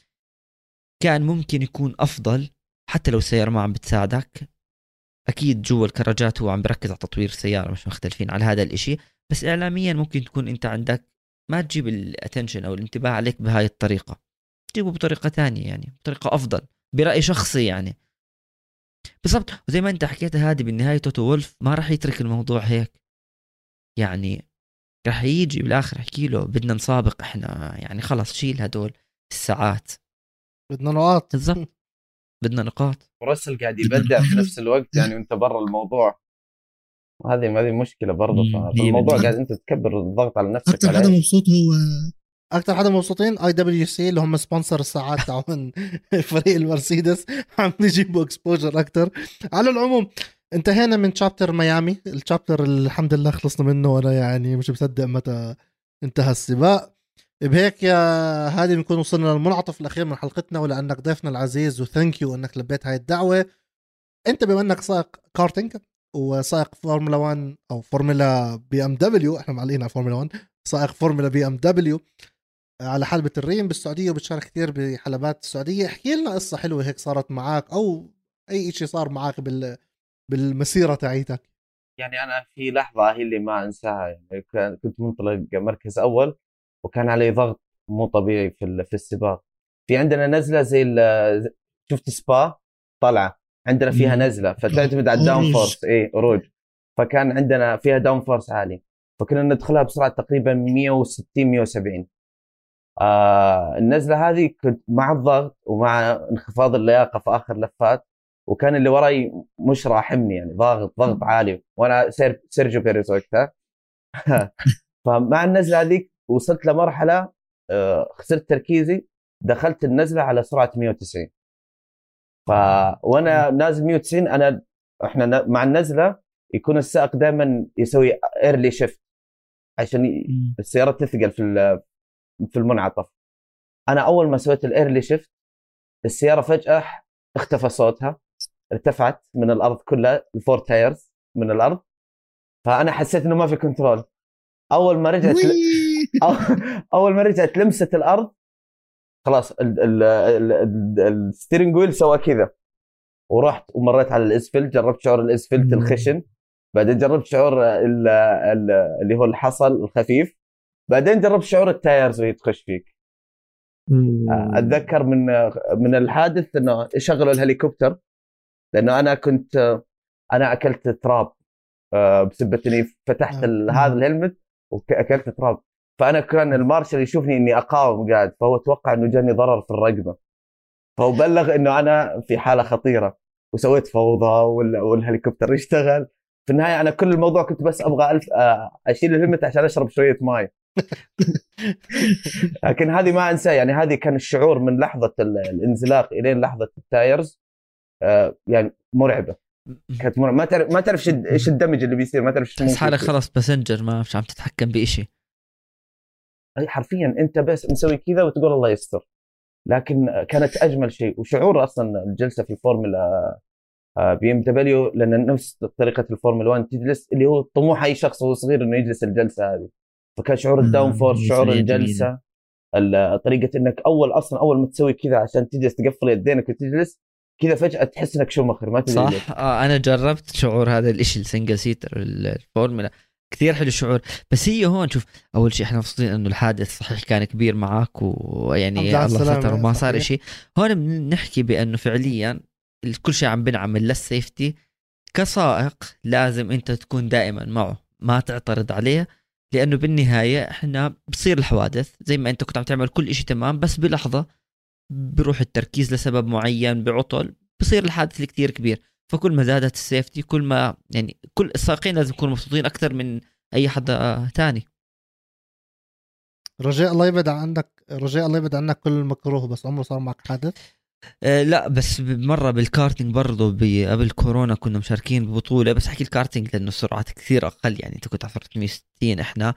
كان ممكن يكون أفضل حتى لو السيارة ما عم بتساعدك. أكيد جوا الكراجات هو عم بركز على تطوير السيارة، مش مختلفين على هذا الإشي، بس إعلاميا ممكن تكون أنت عندك ما تجيب الاتنشن أو الانتباه عليك بهاي الطريقة، تجيبه بطريقة تانية يعني بطريقة أفضل برأي شخصي يعني. بالضبط، وزي ما أنت حكيت هذه بالنهاية توتو وولف ما راح يترك الموضوع هيك يعني، راح يجي بالآخر يحكي له بدنا نسابق إحنا يعني، خلاص شيل هدول الساعات، بدنا نقاط. بالضبط بدنا نقاط. ورسل قاعد يبدع في نفس الوقت يعني وانت برا الموضوع، وهذه هذه مشكله برضه. فالموضوع قاعد انت تكبر الضغط على نفسك. اكثر حدا مبسوط هو اكثر حدا مبسوطين اي دبليو سي اللي هم سبونسر الساعات تاعون فريق المرسيدس، عم يجيبوا اكسبوجر اكثر. على العموم انتهينا من شابتر ميامي، الشابتر الحمد لله خلصنا منه، وانا يعني مش مصدق متى انتهى السباق. بهيك يا هادي بنكون وصلنا للمنعطف الاخير من حلقتنا، ولانك ضيفنا العزيز وثانك يو انك لبيت هاي الدعوه. انت بما انك سائق كارتينج وسائق فورمولا واحد او فورمولا بي ام دبليو، احنا معلقين على فورمولا واحد، سائق فورمولا بي ام دبليو على حلبة الريم بالسعودية وبتشارك كثير بحلبات السعودية، احكي لنا قصة حلوة هيك صارت معك أو أي شيء صار معك بال... بالمسيرة تاعيتك. يعني أنا في لحظة هي اللي ما أنساها، يعني كنت منطلق مركز أول وكان علي ضغط مو طبيعي في في السباق. في عندنا نزلة زي شفت سبا طلعة عندنا فيها نزلة فتعتمد على الداون فورس، إيه روج، فكان عندنا فيها داون فورس عالي، فكنا ندخلها بسرعة تقريبا مية وستين مية وسبعين. آه النزلة هذه كنت مع الضغط ومع انخفاض اللياقة في آخر لفات، وكان اللي وراي مش راحمني يعني ضاغط ضغط عالي، وأنا سير سيرجيو بيريز وقتها فمع النزلة هذيك وصلت لمرحلة آه خسرت تركيزي، دخلت النزلة على سرعة مية وتسعين. ف وأنا نازل مية وتسعين، أنا إحنا مع النزلة يكون السائق دائما يسوي ايرلي شيفت عشان السيارة تثقل في في المنعطف. انا اول ما سويت الايرلي شيفت السياره فجاه اختفى صوتها، ارتفعت من الارض كلها الفور تايرز من الارض، فانا حسيت انه ما في كنترول. اول ما رجعت ل... اول ما رجعت لمست الارض خلاص الستيرنج ويل سوى كذا، ورحت ومريت على الاسفلت، جربت شعور الاسفلت الخشن، بعدين جربت شعور ال... ال... اللي هو الحصل الخفيف، بعدين جربت شعور التايرز وهي تخش فيك. اتذكر من من الحادث انه شغلوا الهليكوبتر، لانه انا كنت انا اكلت تراب بسبه اني فتحت هذا الهلمت واكلت تراب، فانا كان المارشال يشوفني اني اقاوم قاعد، فهو توقع انه جاني ضرر في الرقبه، فهو بلغ انه انا في حاله خطيره، وسويت فوضى والهليكوبتر يشتغل. في النهايه انا كل الموضوع كنت بس ابغى ألف اشيل الهلمت عشان اشرب شويه ماي لكن هذه ما انسى يعني، هذه كان الشعور من لحظه الانزلاق الين لحظه التايرز آه يعني مرعبه، كانت مرعبة. ما تعرف ما تعرف ايش الدمج اللي بيصير، ما تعرف تحس حالك خلاص باسنجر ما مش عم تتحكم بشيء، اي حرفيا انت بس مسوي كذا وتقول الله يستر. لكن كانت اجمل شيء، وشعور اصلا الجلسه في الفورمولا بي ام دبليو، لان نفس طريقه الفورمولا واحد تجلس، اللي هو طموح اي شخص وهو صغير انه يجلس الجلسه هذه، فكان شعور الداون فورس، شعور الجلسه، طريقه انك اول اصلا اول ما تسوي كذا عشان تجلس تقفل يدينك وتجلس كذا فجاه تحس انك شومخر ما تدري. صح آه انا جربت شعور هذا الاشي السنجل سيتر الفورمولا كثير حلو الشعور. بس هي هون شوف، اول شيء احنا مبسوطين انه الحادث صحيح كان كبير معك ويعني الله ستر وما صار شيء. هون بنحكي بانه فعليا كل شيء عم بنعمل للسيفتي. كسائق لازم انت تكون دائما معه، ما تعترض عليه، لانه بالنهايه احنا بصير الحوادث زي ما انت كنت عم تعمل كل شيء تمام، بس بلحظه بروح التركيز لسبب معين بعطل بصير الحادث كتير كبير. فكل ما زادت السيفتي كل ما يعني كل السائقين لازم يكونوا مبسوطين اكثر من اي حدا تاني. رجاء الله يبعد عنك، رجاء الله يبعد عنك كل المكروه، بس عمره صار معك حادث؟ آه لا بس مرة بالكارتينج برضو قبل كورونا كنا مشاركين ببطولة، بس حكي الكارتينج لأنه السرعات كثير أقل، يعني أنت كنت على ثلاثمية وستين، إحنا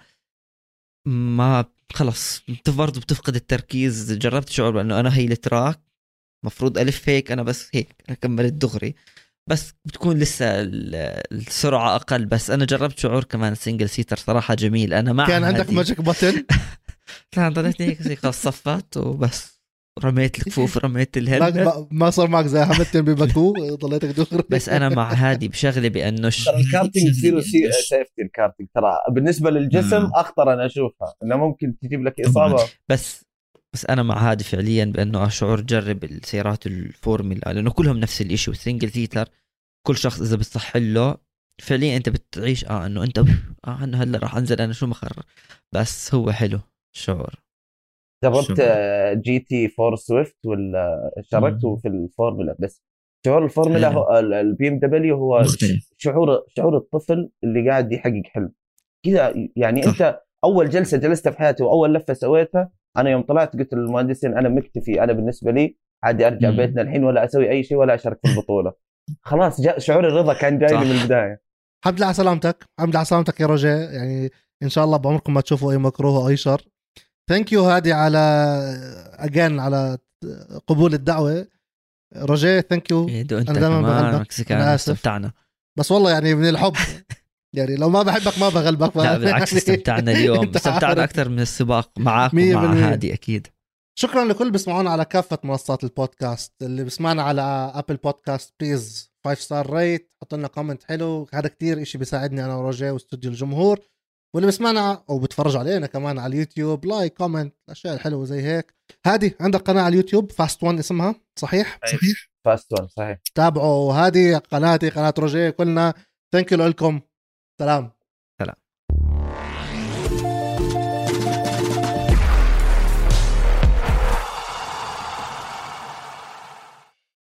ما خلص انت برضه بتفقد التركيز. جربت شعور بأنه أنا هي التراك مفروض ألف هيك، أنا بس هيك أكمل الدغري، بس بتكون لسه السرعة أقل. بس أنا جربت شعور كمان سينجل سيتر صراحة جميل. أنا مع كان عندك ماجيك باتن؟ لا ضليتني هيك زي خلاص صفت وبس، رميت الكفوف رميت الهلمت. ما صار معك زي حمدتين بباكو ضليتك دغري. بس أنا مع هادي بشغلة بأنه ش... الكارتينج زيرو سيفتي. الكارتينج ترى بالنسبة للجسم أخطر أنا أشوفها، إنه ممكن تجيب لك إصابة. بس بس أنا مع هادي فعليا بأنه أشعر جرب السيارات الفورمولا، لأنه كلهم نفس الإشي. والسينجل سيتر كل شخص إذا بتصح له فعليا أنت بتعيش آه إنه أنت آه أنا هلا راح أنزل أنا شو مخرر، بس هو حلو الشعور. جربت جي تي فور سويفت ولا شاركته في الفورمولا؟ بس شعور الفورمولا هو البي ام دبليو هو مختلف. شعور شعور الطفل اللي قاعد يحقق حلم كذا يعني. صح. انت اول جلسه جلستها في حياتي واول لفه سويتها، انا يوم طلعت قلت للمهندسين انا مكتفي، انا بالنسبه لي عادي ارجع مم. بيتنا الحين ولا اسوي اي شيء ولا اشارك في البطوله. خلاص جاء شعور الرضا كان جاي من البدايه. الحمد لله على سلامتك، الحمد لله على سلامتك يا رجاء. يعني ان شاء الله بعمركم ما تشوفوا اي مكروه او اي شر. ثانك يو هادي على اجان على قبول الدعوه. رجاء ثانك يو. انا دائما بغلبك، انا استمتعنا بس والله يعني من الحب يعني لو ما بحبك ما بغلبك. لا بالعكس استمتعنا اليوم، استمتعنا اكثر من السباق معاكم ومع هادي اكيد. شكرا لكل بسمعونا على كافه منصات البودكاست. اللي بسمعنا على ابل بودكاست بليز فايف ستار ريت، حط لنا كومنت حلو، هذا كتير اشي بيساعدني انا ورجاء واستوديو الجمهور. واللي بسمعنا او بتفرج علينا كمان على اليوتيوب لايك كومنت الاشياء الحلوه زي هيك. هادي عندك قناه على اليوتيوب فاست وان اسمها صحيح؟ صحيح فاست وان صحيح. تابعوا هادي قناتي قناه رجاء كلنا. ثانك يو لكم. سلام.